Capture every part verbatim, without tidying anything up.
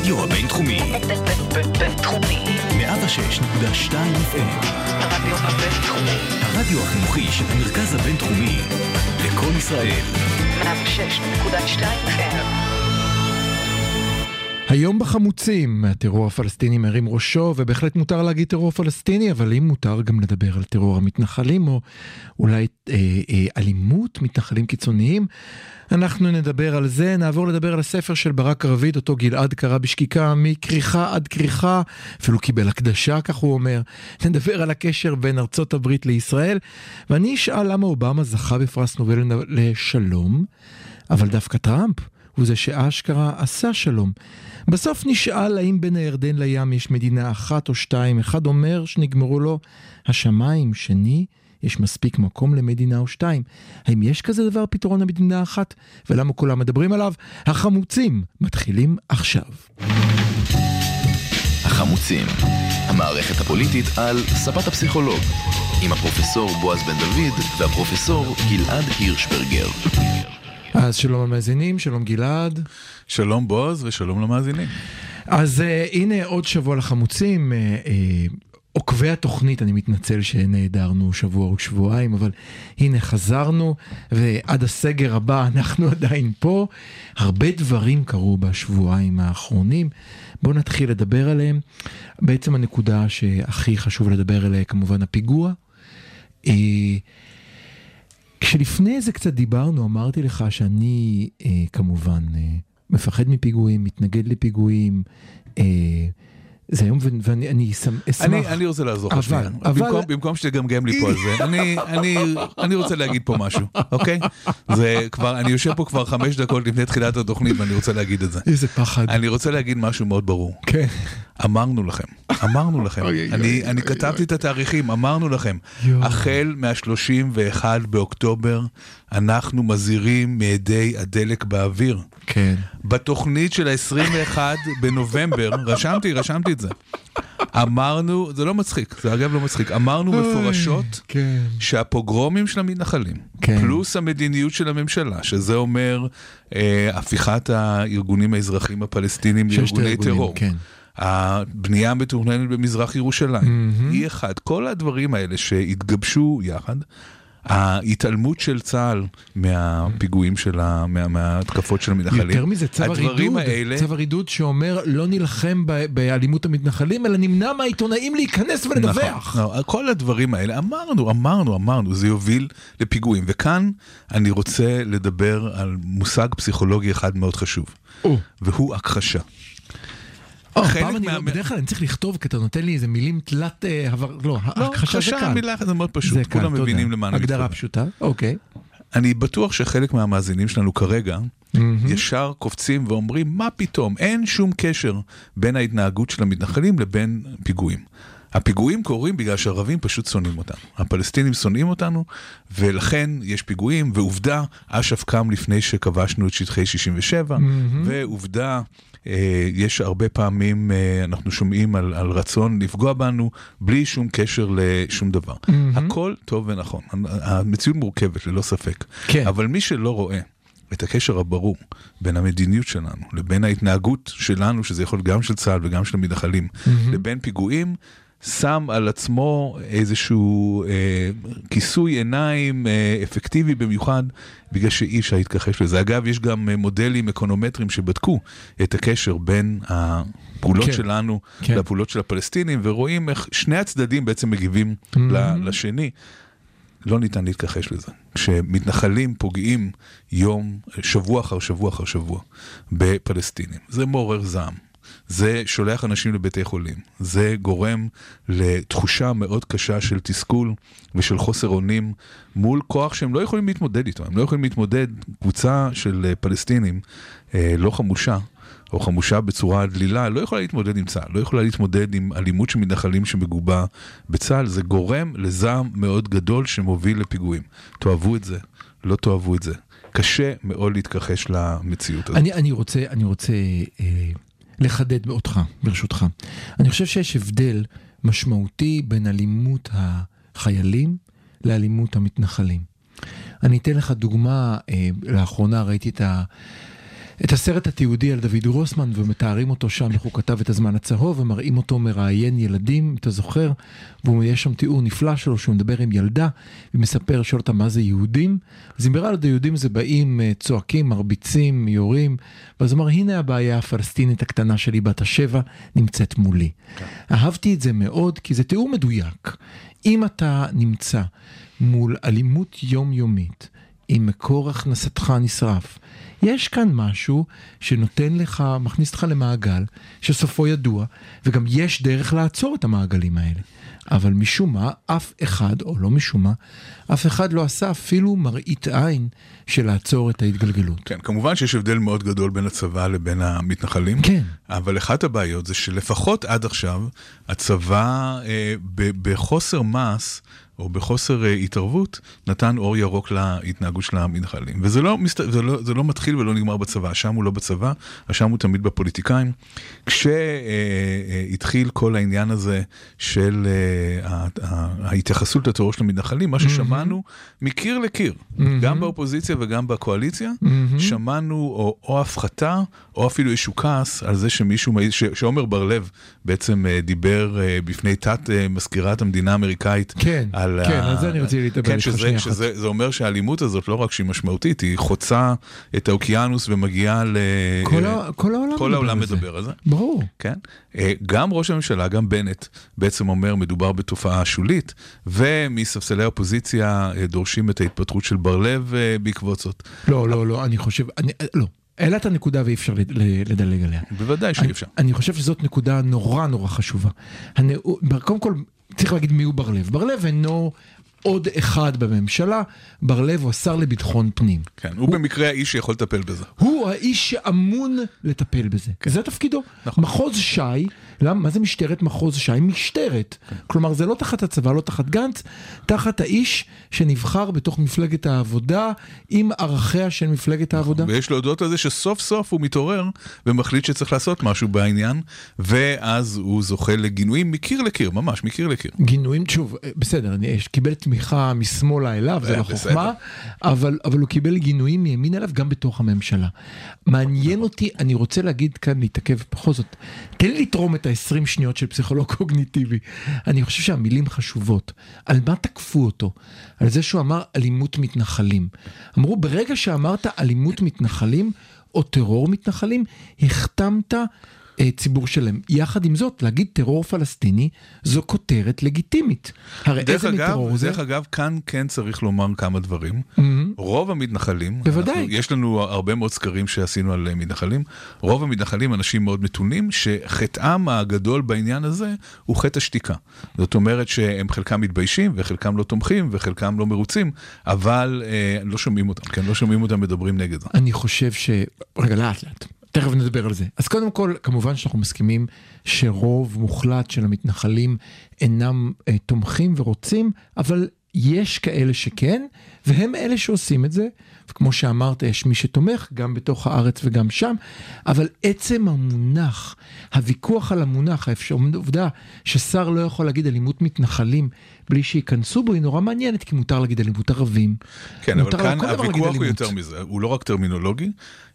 הרדיו הבינתחומי. בינתחומי. מאה ושש נקודה שתיים אף אם. הרדיו הבינתחומי. הרדיו החינוכי של המרכז הבינתחומי. לקול ישראל. מאה ושש נקודה שתיים אף אם. היום בחמוצים, הטרור הפלסטיני מרים ראשו, ובהחלט מותר להגיד טרור פלסטיני, אבל אם מותר גם לדבר על טרור המתנחלים, או אולי אה, אה, אלימות מתנחלים קיצוניים, אנחנו נדבר על זה. נעבור לדבר על הספר של ברק רביד, אותו גלעד קרא בשקיקה, מקריחה עד קריחה, אפילו קיבל הקדשה, כך הוא אומר. נדבר על הקשר בין ארצות הברית לישראל, ואני אשאל למה אובמה זכה בפרס נובל לשלום, אבל דווקא טראמפ הוא זה שאשכרה עשה שלום. בסוף נשאל האם בין הירדן לים יש מדינה אחת או שתיים. אחד אומר שנגמרו לו השמיים, שני יש מספיק מקום למדינה או שתיים. האם יש כזה דבר פתרון למדינה אחת? ולמה כולם מדברים עליו? החמוצים מתחילים עכשיו. החמוצים, המערכת הפוליטית על ספת הפסיכולוג, עם הפרופסור בועז בן דוד והפרופסור גלעד הירשברגר. אז שלום המאזינים, שלום גלעד. שלום בועז ושלום למאזינים. אז uh, הנה עוד שבוע לחמוצים, uh, uh, עוקבי התוכנית, אני מתנצל שנעדרנו שבוע או שבועיים, אבל הנה חזרנו, ועד הסגר הבא אנחנו עדיין פה. הרבה דברים קרו בשבועיים האחרונים, בואו נתחיל לדבר עליהם. בעצם הנקודה שהכי חשוב לדבר עליה, כמובן הפיגוע. Uh, כשלפני זה קצת דיברנו, אמרתי לך שאני אה, כמובן אה, מפחד מפיגועים, מתנגד לפיגועים, אה, זה היום ואני אני אשמח. אני, אני רוצה לעזור לך שנייה. במקום, במקום שתגמגם לי פה על זה, אני, אני, אני רוצה להגיד פה משהו, אוקיי? זה כבר, אני יושב פה כבר חמש דקות לפני תחילת התוכנית ואני רוצה להגיד את זה. איזה פחד. אני רוצה להגיד משהו מאוד ברור. כן. אמרנו לכם, אמרנו לכם. אני, אני כתבתי את התאריכים, אמרנו לכם. החל מה-שלושים ואחד באוקטובר, אנחנו מזהירים מידי הדלק באוויר. כן. בתוכנית של ה-עשרים ואחד בנובמבר, רשמתי, רשמתי את זה. אמרנו, זה לא מצחיק, זה אגב לא מצחיק, אמרנו מפורשות כן. שהפוגרומים של המתנחלים, כן. פלוס המדיניות של הממשלה, שזה אומר אה, הפיכת הארגונים האזרחיים הפלסטינים לארגוני טרור. כן. הבנייה המתוכננת במזרח ירושלים, mm-hmm. היא אחד, כל הדברים האלה שהתגבשו יחד, ההתעלמות של צה"ל מהפיגועים של ה... מה... מההתקפות של המתנחלים. יותר מזה, צו הרידוד, האלה... צו הרידוד שאומר לא נלחם ב... באלימות המתנחלים, אלא נמנע מהעיתונאים להיכנס ולדווח. נכון, כל הדברים האלה, אמרנו, אמרנו, אמרנו, זה יוביל לפיגועים. וכאן אני רוצה לדבר על מושג פסיכולוגי אחד מאוד חשוב, או. והוא הכחשה. בדרך כלל אני צריך לכתוב, כי אתה נותן לי איזה מילים תלת, לא, הכחשה זה קל. הכחשה המילה זה מאוד פשוט, כולם מבינים למה אני מתכוון. הגדרה פשוטה, אוקיי. אני בטוח שחלק מהמאזינים שלנו כרגע, ישר קופצים ואומרים, מה פתאום? אין שום קשר בין ההתנהגות של המתנחלים לבין פיגועים. הפיגועים קורים בגלל שהערבים פשוט שונאים אותנו. הפלסטינים שונאים אותנו, ולכן יש פיגועים, ועובדה, אש"ף קם לפני שכבשנו את שטחי שישים ושבע, ועובדה, יש הרבה פעמים, אנחנו שומעים על, על רצון לפגוע בנו, בלי שום קשר לשום דבר. הכל טוב ונכון. המציאות מורכבת, ללא ספק. כן. אבל מי שלא רואה את הקשר הברור בין המדיניות שלנו, לבין ההתנהגות שלנו, שזה יכול גם של צה"ל וגם של המתנחלים, לבין פיגועים, שם על עצמו איזשהו אה, כיסוי עיניים אה, אפקטיבי במיוחד, בגלל שאי אפשר להתכחש לזה. אגב, יש גם מודלים אקונומטריים שבדקו את הקשר בין הפעולות כן, שלנו כן. לפעולות של הפלסטינים, ורואים איך שני הצדדים בעצם מגיבים mm-hmm. לשני. לא ניתן להתכחש לזה. כשמתנחלים פוגעים יום, שבוע אחר שבוע אחר שבוע בפלסטינים, זה מעורר זעם. זה שולח אנשים לבתי חולים. זה גורם לתחושה מאוד קשה של תסכול ושל חוסר אונים מול כוח שהם לא יכולים להתמודד איתו. הם לא יכולים להתמודד, קבוצה של פלסטינים אה, לא חמושה, או חמושה בצורה דלילה, לא יכולה להתמודד עם צה"ל, לא יכולה להתמודד עם אלימות של מתנחלים שמגובה בצה"ל. זה גורם לזעם מאוד גדול שמוביל לפיגועים. תאהבו את זה, לא תאהבו את זה. קשה מאוד להתכחש למציאות הזאת. אני, אני רוצה, אני רוצה... אה... לחדד אותך, ברשותך. אני חושב שיש הבדל משמעותי בין אלימות החיילים לאלימות המתנחלים. אני אתן לך דוגמה, אה, לאחרונה ראיתי את את הסרט התיעודי על דוד רוסמן, ומתארים אותו שם, איך הוא כתב את הזמן הצהוב, ומראים אותו מראיין ילדים, אתה זוכר, ויש שם תיאור נפלא שלו, שהוא מדבר עם ילדה, ומספר, שואל אותה מה זה יהודים, אז אם ברע על היהודים זה באים, צועקים, מרביצים, יורים, ואז הוא אומר, הנה הבעיה הפלסטינית הקטנה שלי, בת השבע, נמצאת מולי. Okay. אהבתי את זה מאוד, כי זה תיאור מדויק. אם אתה נמצא מול אלימות יומיומית, עם מקור הכנסתך נשרף, יש כאן משהו שנותן לך, מכניס לך למעגל, שסופו ידוע, וגם יש דרך לעצור את המעגלים האלה. אבל משום מה, אף אחד, או לא משום מה, אף אחד לא עשה אפילו מראית עין של לעצור את ההתגלגלות. כן, כמובן שיש הבדל מאוד גדול בין הצבא לבין המתנחלים. כן. אבל אחת הבעיות זה שלפחות עד עכשיו, הצבא אה, ב- בחוסר מס, או בחוסר התערבות, נתן אור ירוק להתנהגות של המתנחלים. וזה לא, זה לא, זה לא מתחיל ולא נגמר בצבא. השם הוא לא בצבא, השם הוא תמיד בפוליטיקאים. כשהתחיל כל העניין הזה של ההתייחסות לטרור של המתנחלים, מה ששמענו מקיר לקיר, גם באופוזיציה וגם בקואליציה, שמענו או, או הפחתה, או אפילו איזשהו כעס על זה שמישהו, שעומר בר לב בעצם דיבר בפני תת מזכירת המדינה האמריקאית, כן. על כן, ה... על זה אני רוצה להתאבל כן, איתך שזה, שנייה שזה, זה אומר שהאלימות הזאת לא רק שהיא משמעותית, היא חוצה את האוקיינוס ומגיעה ל... כל, ה... כל העולם, כל העולם מדבר, מדבר על זה. ברור. כן? גם ראש הממשלה, גם בנט, בעצם אומר מדובר בתופעה שולית, ומספסלי האופוזיציה דורשים את ההתפטרות של בר לב בעקבות זאת. לא, לא, לא, אני חושב, אני, לא. העלת הנקודה ואי אפשר לדלג עליה. בוודאי שאי אפשר. אני, אני חושב שזאת נקודה נורא נורא חשובה. הנאו, קודם כל, צריך להגיד מי הוא בר לב. בר לב אינו עוד אחד בממשלה, בר לב הוא השר לביטחון פנים. כן, הוא, הוא במקרה האיש שיכול לטפל בזה. הוא האיש שאמון לטפל בזה. כן. זה תפקידו. נכון. מחוז שי, למה? מה זה משטרת מחוז שי? משטרת. כן. כלומר, זה לא תחת הצבא, לא תחת גנץ, תחת האיש שנבחר בתוך מפלגת העבודה, עם ערכיה של מפלגת העבודה. ויש להודות על זה שסוף סוף הוא מתעורר, ומחליט שצריך לעשות משהו בעניין, ואז הוא זוכה לגינויים מקיר לקיר, ממש, מקיר לקיר. גינויים, שוב, בסדר, אני קיבל תמיכה משמאלה אליו, זה לא חוכמה, אבל, אבל הוא קיבל גינויים מימין אליו גם בתוך הממשלה. מעניין אותי, אני רוצה להגיד כאן, להתעכב בכל זאת, תן לי לתרום את ה-עשרים שניות של פסיכולוג קוגניטיבי. אני חושב שהמילים חשובות. על מה תקפו אותו? על זה שהוא אמר אלימות מתנחלים. אמרו, ברגע שאמרת אלימות מתנחלים, או טרור מתנחלים, החתמת ציבור שלם. יחד עם זאת, להגיד טרור פלסטיני, זו כותרת לגיטימית. הרי איזה מטרור זה? דרך אגב, כאן כן צריך לומר כמה דברים. רוב המתנחלים, בוודאי. יש לנו הרבה מאוד סקרים שעשינו על מתנחלים, רוב המתנחלים אנשים מאוד מתונים, שחטאם הגדול בעניין הזה הוא חטא השתיקה. זאת אומרת שהם חלקם מתביישים, וחלקם לא תומכים, וחלקם לא מרוצים, אבל אה, לא שומעים אותם, כן? לא שומעים אותם מדברים נגד זה. אני חושב ש... רגע, לאט לאט. תכף נדבר על זה. אז קודם כל, כמובן שאנחנו מסכימים שרוב מוחלט של המתנחלים אינם אה, תומכים ורוצים, אבל יש כאלה שכן, והם אלה שעושים את זה, וכמו שאמרת, יש מי שתומך, גם בתוך הארץ וגם שם, אבל עצם המונח, הוויכוח על המונח, העובדה ששר לא יכול להגיד אלימות מתנחלים, בלי שיכנסו בו, היא נורא מעניינת, כי מותר להגיד אלימות ערבים. כן, אבל כאן הוויכוח הוא יותר מזה, הוא לא רק טרמינולוגי,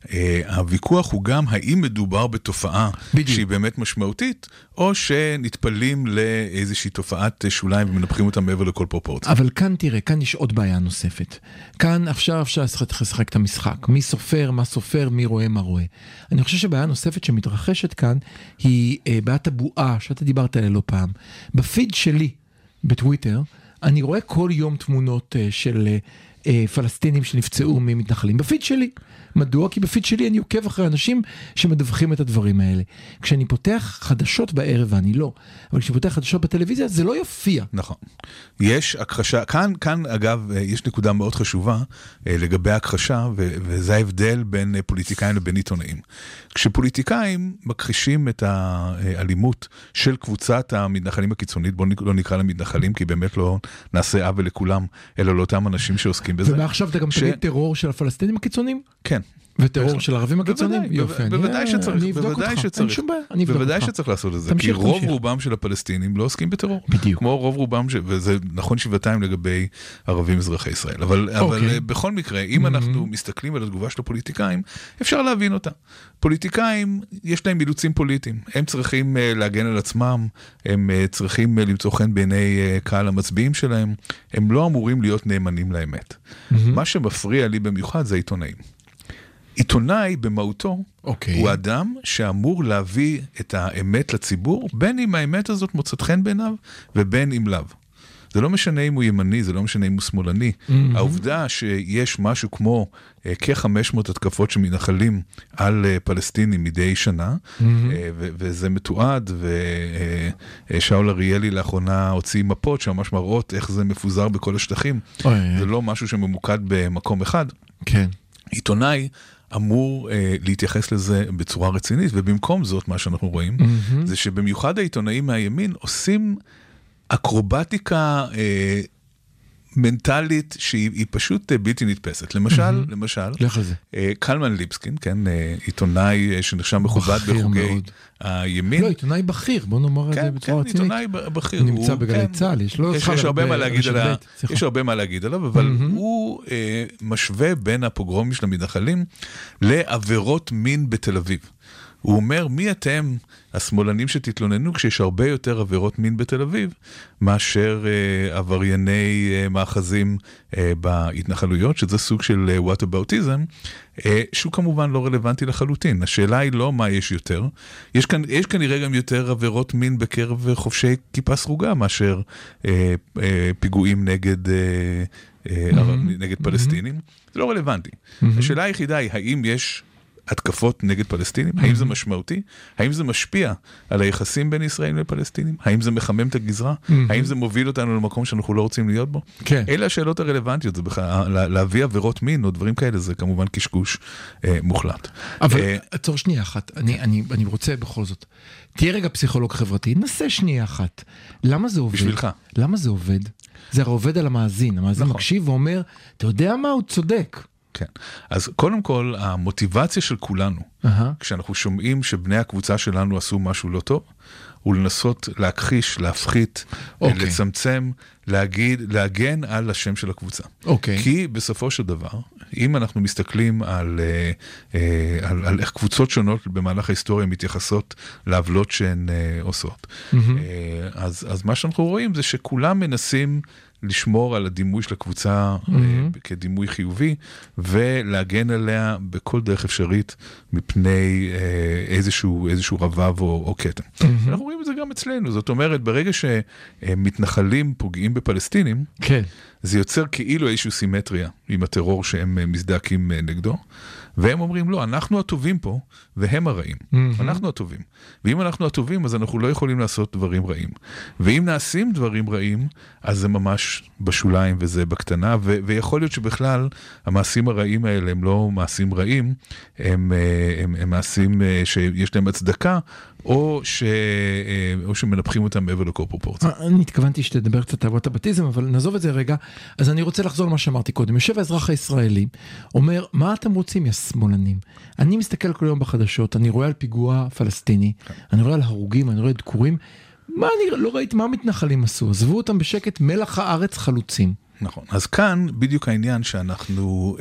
הוויכוח הוא גם האם מדובר בתופעה שהיא באמת משמעותית, או שנתפלים לאיזושהי תופעת שוליים ומנפחים אותה מעבר לכל פרופורציה. אבל כאן תראה, כאן יש עוד בעיה נוספת. כאן אפשר אפשר לשחק את המשחק. מי סופר, מה סופר, מי רואה, מה רואה. אני חושב שבעיה נוספת שמתרחשת כאן, היא בעיית הבועה, שאתה דיברת עליה לא פעם. בפיד שלי, בטוויטר, אני רואה כל יום תמונות של פלסטינים שנפצעו ממתנחלים. בפיד שלי. מדוע? כי בפיד שלי אני עוקב אחרי אנשים שמדווחים את הדברים האלה. כשאני פותח חדשות בערב, ואני לא, אבל כשאני פותח חדשות בטלוויזיה, זה לא יופיע. נכון. יש הכחשה, כאן, כאן אגב, יש נקודה מאוד חשובה לגבי הכחשה, וזה ההבדל בין פוליטיקאים לבין עיתונאים. כשפוליטיקאים מכחישים את האלימות של קבוצת המתנחלים הקיצונית, בואו לא נקרא למתנחלים, כי באמת לא נעשה עוול לכולם, אלא לאותם אנשים שעוסקים בזה. ומעכשיו אתה גם תגיד טרור של הפלסטינים הקיצוניים? כן. וטרור של ערבים הקיצונים? בוודאי שצריך, בוודאי שצריך, בוודאי שצריך לעשות את זה, כי רוב רובם של הפלסטינים לא עוסקים בטרור, כמו רוב רובם, וזה נכון שבעתיים לגבי ערבים אזרחי ישראל, אבל בכל מקרה, אם אנחנו מסתכלים על התגובה של הפוליטיקאים, אפשר להבין אותה. פוליטיקאים, יש להם אילוצים פוליטיים, הם צריכים להגן על עצמם, הם צריכים למצוא חן בעיני קהל המצביעים שלהם, הם לא אמורים להיות נאמנים לאמת. מה שמפריע לי במיוחד זה העיתונאים. עיתונאי במהותו okay. הוא אדם שאמור להביא את האמת לציבור, בין אם האמת הזאת מוצאת חן בעיניו, ובין אם לאו. זה לא משנה אם הוא ימני, זה לא משנה אם הוא שמאלני. Mm-hmm. העובדה שיש משהו כמו uh, כ-חמש מאות התקפות שמנחלים על uh, פלסטינים מדי שנה, mm-hmm. uh, ו- וזה מתועד, ושאול uh, uh, אריאלי לאחרונה הוציא מפות שממש מראות איך זה מפוזר בכל השטחים. Oh, yeah. זה לא משהו שממוקד במקום אחד. כן. Okay. עיתונאי אמור אה, להתייחס לזה בצורה רצינית, ובמקום זאת מה שאנחנו רואים, mm-hmm. זה שבמיוחד העיתונאים מהימין עושים אקרובטיקה אה, מנטלית שהיא פשוט אה, בלתי נתפסת. למשל, mm-hmm. למשל, אה, קלמן ליבסקין, כן, אה, עיתונאי אה, שנחשב מכובד בחוגי הימין. לא, עיתונאי בכיר, בוא נאמר כן, את זה בצורה כן, רצינית. עיתונאי בכיר. נמצא בגלי כן, צה"ל, יש לו... יש, יש, הרבה מה להגיד עליו, יש הרבה מה להגיד עליו, אבל mm-hmm. הוא אה, משווה בין הפוגרומים של המתנחלים לעבירות מין בתל אביב. הוא אומר, מי אתם, השמאלנים שתתלוננו, כשיש הרבה יותר עבירות מין בתל אביב, מאשר אה, עברייני אה, מאחזים אה, בהתנחלויות, שזה סוג של אה, וואטאבאוטיזם, אה, שהוא כמובן לא רלוונטי לחלוטין. השאלה היא לא מה יש יותר. יש, כאן, יש כנראה גם יותר עבירות מין בקרב חובשי כיפה סרוגה, מאשר אה, אה, פיגועים נגד... אה, אה, mm-hmm. נגד פלסטינים. Mm-hmm. זה לא רלוונטי. Mm-hmm. השאלה היחידה היא, האם יש... התקפות נגד פלסטינים? האם זה משמעותי? האם זה משפיע על היחסים בין ישראלים לפלסטינים? האם זה מחמם את הגזרה? האם זה מוביל אותנו למקום שאנחנו לא רוצים להיות בו? אלה השאלות הרלוונטיות, זה בכלל, להביא עבירות מין או דברים כאלה, זה כמובן קשקוש מוחלט. אבל עצור שנייה אחת, אני רוצה בכל זאת, תהיה רגע פסיכולוג חברתי, נסה שנייה אחת. למה זה עובד? בשבילך. למה זה עובד? זה עובד על המאזין, המאזין מקשיב ואומר, אתה יודע מה? הוא צודק. כן. אז קודם כל, המוטיבציה של כולנו, uh-huh. כשאנחנו שומעים שבני הקבוצה שלנו עשו משהו לא טוב, הוא לנסות להכחיש, להפחית, okay. לצמצם, להגיד, להגן על השם של הקבוצה. Okay. כי בסופו של דבר, אם אנחנו מסתכלים על, על, על איך קבוצות שונות במהלך ההיסטוריה מתייחסות לעוולות שהן עושות, mm-hmm. אז, אז מה שאנחנו רואים זה שכולם מנסים לשמור על הדימוי של הקבוצה mm-hmm. uh, כדימוי חיובי, ולהגן עליה בכל דרך אפשרית מפני uh, איזשהו, איזשהו רבב או, או קטע. Mm-hmm. אנחנו רואים את זה גם אצלנו. זאת אומרת, ברגע שמתנחלים פוגעים בפלסטינים, כן. זה יוצר כאילו איזושהי סימטריה עם הטרור שהם מזדעקים נגדו, והם אומרים, לא, אנחנו הטובים פה, והם הרעים. Mm-hmm. אנחנו הטובים. ואם אנחנו הטובים, אז אנחנו לא יכולים לעשות דברים רעים. ואם נעשים דברים רעים, אז זה ממש בשוליים, וזה בקטנה, ו- ויכול להיות שבכלל, המעשים הרעים האלה הם לא מעשים רעים, הם, הם, הם מעשים שיש להם הצדקה, או, ש... או שמנפחים אותם מעבר לכל פרופורציה. אני התכוונתי שתדבר קצת על וואטאבטיזם, אבל נעזוב את זה רגע. אז אני רוצה לחזור למה שאמרתי קודם. יושב האזרח הישראלי, אומר, מה אתם רוצים, יא שמאלנים? אני מסתכל כל יום בחדשות, אני רואה על פיגוע פלסטיני, אני רואה על הרוגים, אני רואה דקורים. מה אני לא ראיתי, מה המתנחלים עשו? עזבו אותם בשקט, מלח הארץ חלוצים. נכון. אז כאן בדיוק העניין שאנחנו...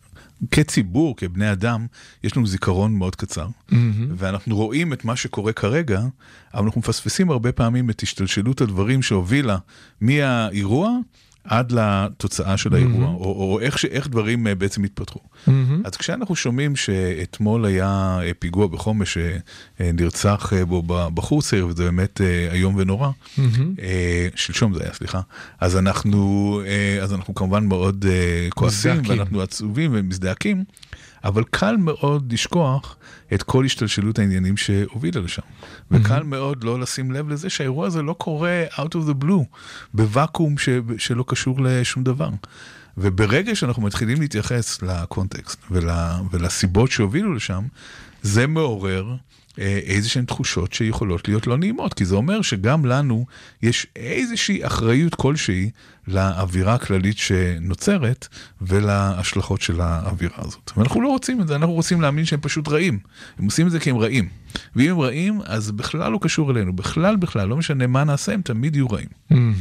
כציבור, כבני אדם, יש לנו זיכרון מאוד קצר, mm-hmm. ואנחנו רואים את מה שקורה כרגע, אבל אנחנו מפספסים הרבה פעמים את השתלשלות הדברים שהובילה מהאירוע עד לתוצאה של האירוע, mm-hmm. או, או איך, איך דברים בעצם התפתחו. Mm-hmm. אז כשאנחנו שומעים שאתמול היה פיגוע בחומש שנרצח בו בחור צעיר, וזה באמת היום ונורא, mm-hmm. שלשום זה היה, סליחה, אז אנחנו, אז אנחנו כמובן מאוד כועסים, מזדעקים. ואנחנו עצובים ומזדעקים, אבל קל מאוד לשכוח את כל השתלשלות העניינים שהובילה לשם. Mm-hmm. וקל מאוד לא לשים לב לזה שהאירוע הזה לא קורה out of the blue, בוואקום ש... שלא קשור לשום דבר. וברגע שאנחנו מתחילים להתייחס לקונטקסט ול... ולסיבות שהובילו לשם, זה מעורר איזה שהן תחושות שיכולות להיות לא נעימות, כי זה אומר שגם לנו יש איזושהי אחריות כלשהי לאווירה הכללית שנוצרת ולהשלכות של האווירה הזאת. ואנחנו לא רוצים את זה, אנחנו רוצים להאמין שהם פשוט רעים. הם עושים את זה כי הם רעים. ואם הם רעים, אז בכלל לא קשור אלינו. בכלל, בכלל, לא משנה מה נעשה, הם תמיד יהיו רעים.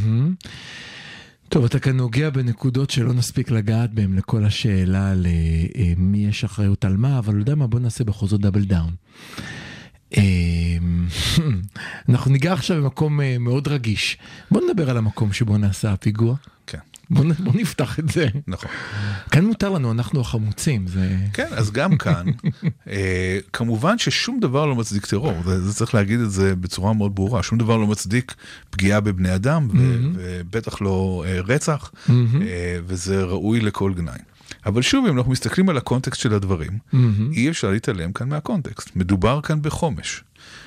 טוב, אתה כאן נוגע בנקודות שלא נספיק לגעת בהם לכל השאלה למי יש אחריות על מה, אבל לא יודע מה, בוא נעשה בכל זאת דאבל דאון. אנחנו ניגע עכשיו במקום מאוד רגיש. בוא נדבר על המקום שבו נעשה הפיגוע. כן. בוא, בוא נפתח את זה. נכון. כאן מותר לנו, אנחנו החמוצים. זה... כן, אז גם כאן, אה, כמובן ששום דבר לא מצדיק טרור, זה, זה צריך להגיד את זה בצורה מאוד ברורה, שום דבר לא מצדיק פגיעה בבני אדם, ו, mm-hmm. ובטח לא אה, רצח, mm-hmm. אה, וזה ראוי לכל גנאי. אבל שוב, אם אנחנו מסתכלים על הקונטקסט של הדברים, mm-hmm. אי אפשר להתעלם כאן מהקונטקסט. מדובר כאן בחומש.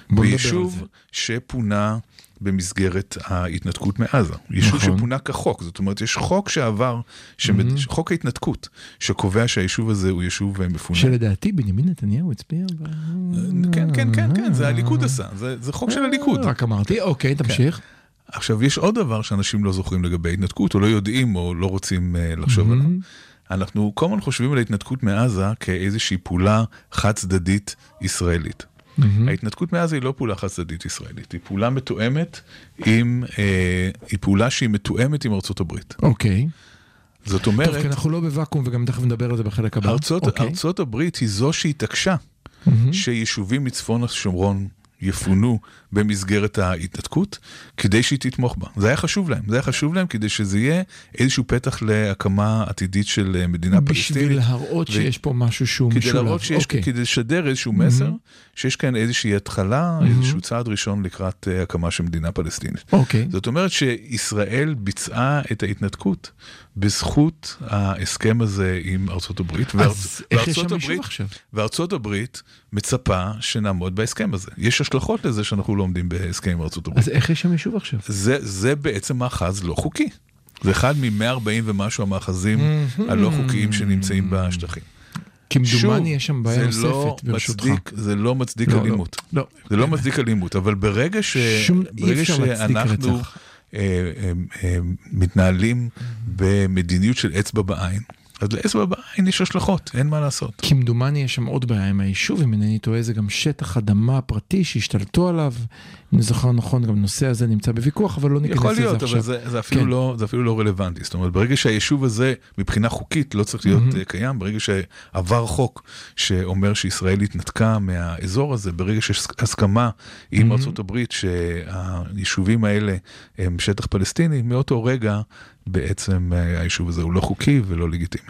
ביישוב שפונה במסגרת ההתנתקות מעזה. יישוב נכון. שפונה כחוק. זאת אומרת, יש חוק שעבר, שמד... mm-hmm. חוק ההתנתקות, שקובע שהיישוב הזה הוא יישוב מפונה. שלדעתי בנימין נתניהו הצביע. ב... כן, כן, כן, כן, זה הליכוד עשה. זה, זה חוק של הליכוד. רק אמרתי, אוקיי, תמשיך. כן. עכשיו, יש עוד דבר שאנשים לא זוכרים לגבי התנתקות, או לא יודעים, או לא רוצים uh, לחשוב mm-hmm. עליו. אנחנו כל הזמן חושבים על ההתנתקות מעזה כאיזושהי פעולה חד צדדית ישראלית. Mm-hmm. ההתנתקות מעזה היא לא פעולה חד צדדית ישראלית, היא פעולה מתואמת עם, אה, היא פעולה שהיא מתואמת עם ארצות הברית. אוקיי. Okay. זאת אומרת... טוב, כי אנחנו לא בוואקום וגם תכף נדבר על זה בחלק הבא. ארצות, okay. ארצות הברית היא זו שהתעקשה mm-hmm. שיישובים מצפון השומרון יפונו במסגרת ההתנתקות, כדי שהיא תתמוך בה. זה היה חשוב להם. זה היה חשוב להם כדי שזה יהיה איזשהו פתח להקמה עתידית של מדינה פלסטינית. בשביל להראות ו... שיש פה משהו שהוא משולב. כדי להראות שיש, okay. כדי לשדר איזשהו מסר, mm-hmm. שיש כאן איזושהי התחלה, mm-hmm. איזשהו צעד ראשון לקראת uh, הקמה של מדינה פלסטינית. Okay. זאת אומרת שישראל ביצעה את ההתנתקות בזכות ההסכם הזה עם ארצות הברית. אז איך יש שם מישהו עכשיו? וארצות הברית מצפה שנעמוד בהסכם הזה. יש השלכות לזה שאנחנו לא עומדים בהסכם עם ארצות הברית. אז איך יש שם מישהו עכשיו? זה, זה בעצם מאחז לא חוקי. זה אחד מ-מאה וארבעים ומשהו המאחזים הלא חוקיים שנמצאים בשטחים. כמדומני יש שם בעיה נוספת לא ברשותך. מצדיק, זה לא מצדיק לא, אלימות. לא, לא. זה לא מצדיק אלימות, אבל ברגע, ש... ברגע שאנחנו אה, אה, אה, מתנהלים במדיניות של אצבע בעין, אז לאצבע בעין יש השלכות, אין מה לעשות. כמדומני יש שם עוד בעיה עם היישוב, אם אינני טועה, זה גם שטח אדמה פרטי שהשתלטו עליו, אם אני זוכר נכון, גם נושא הזה נמצא בוויכוח, אבל לא ניכנס לזה עכשיו. יכול להיות, אבל זה, זה, אפילו כן. לא, זה אפילו לא רלוונטי. זאת אומרת, ברגע שהיישוב הזה, מבחינה חוקית, לא צריך להיות mm-hmm. קיים, ברגע שעבר חוק שאומר שישראל התנתקה מהאזור הזה, ברגע שיש הסכמה עם mm-hmm. ארצות הברית, שהיישובים האלה הם שטח פלסטיני, מאותו רגע, בעצם היישוב הזה הוא לא חוקי ולא לגיטימי.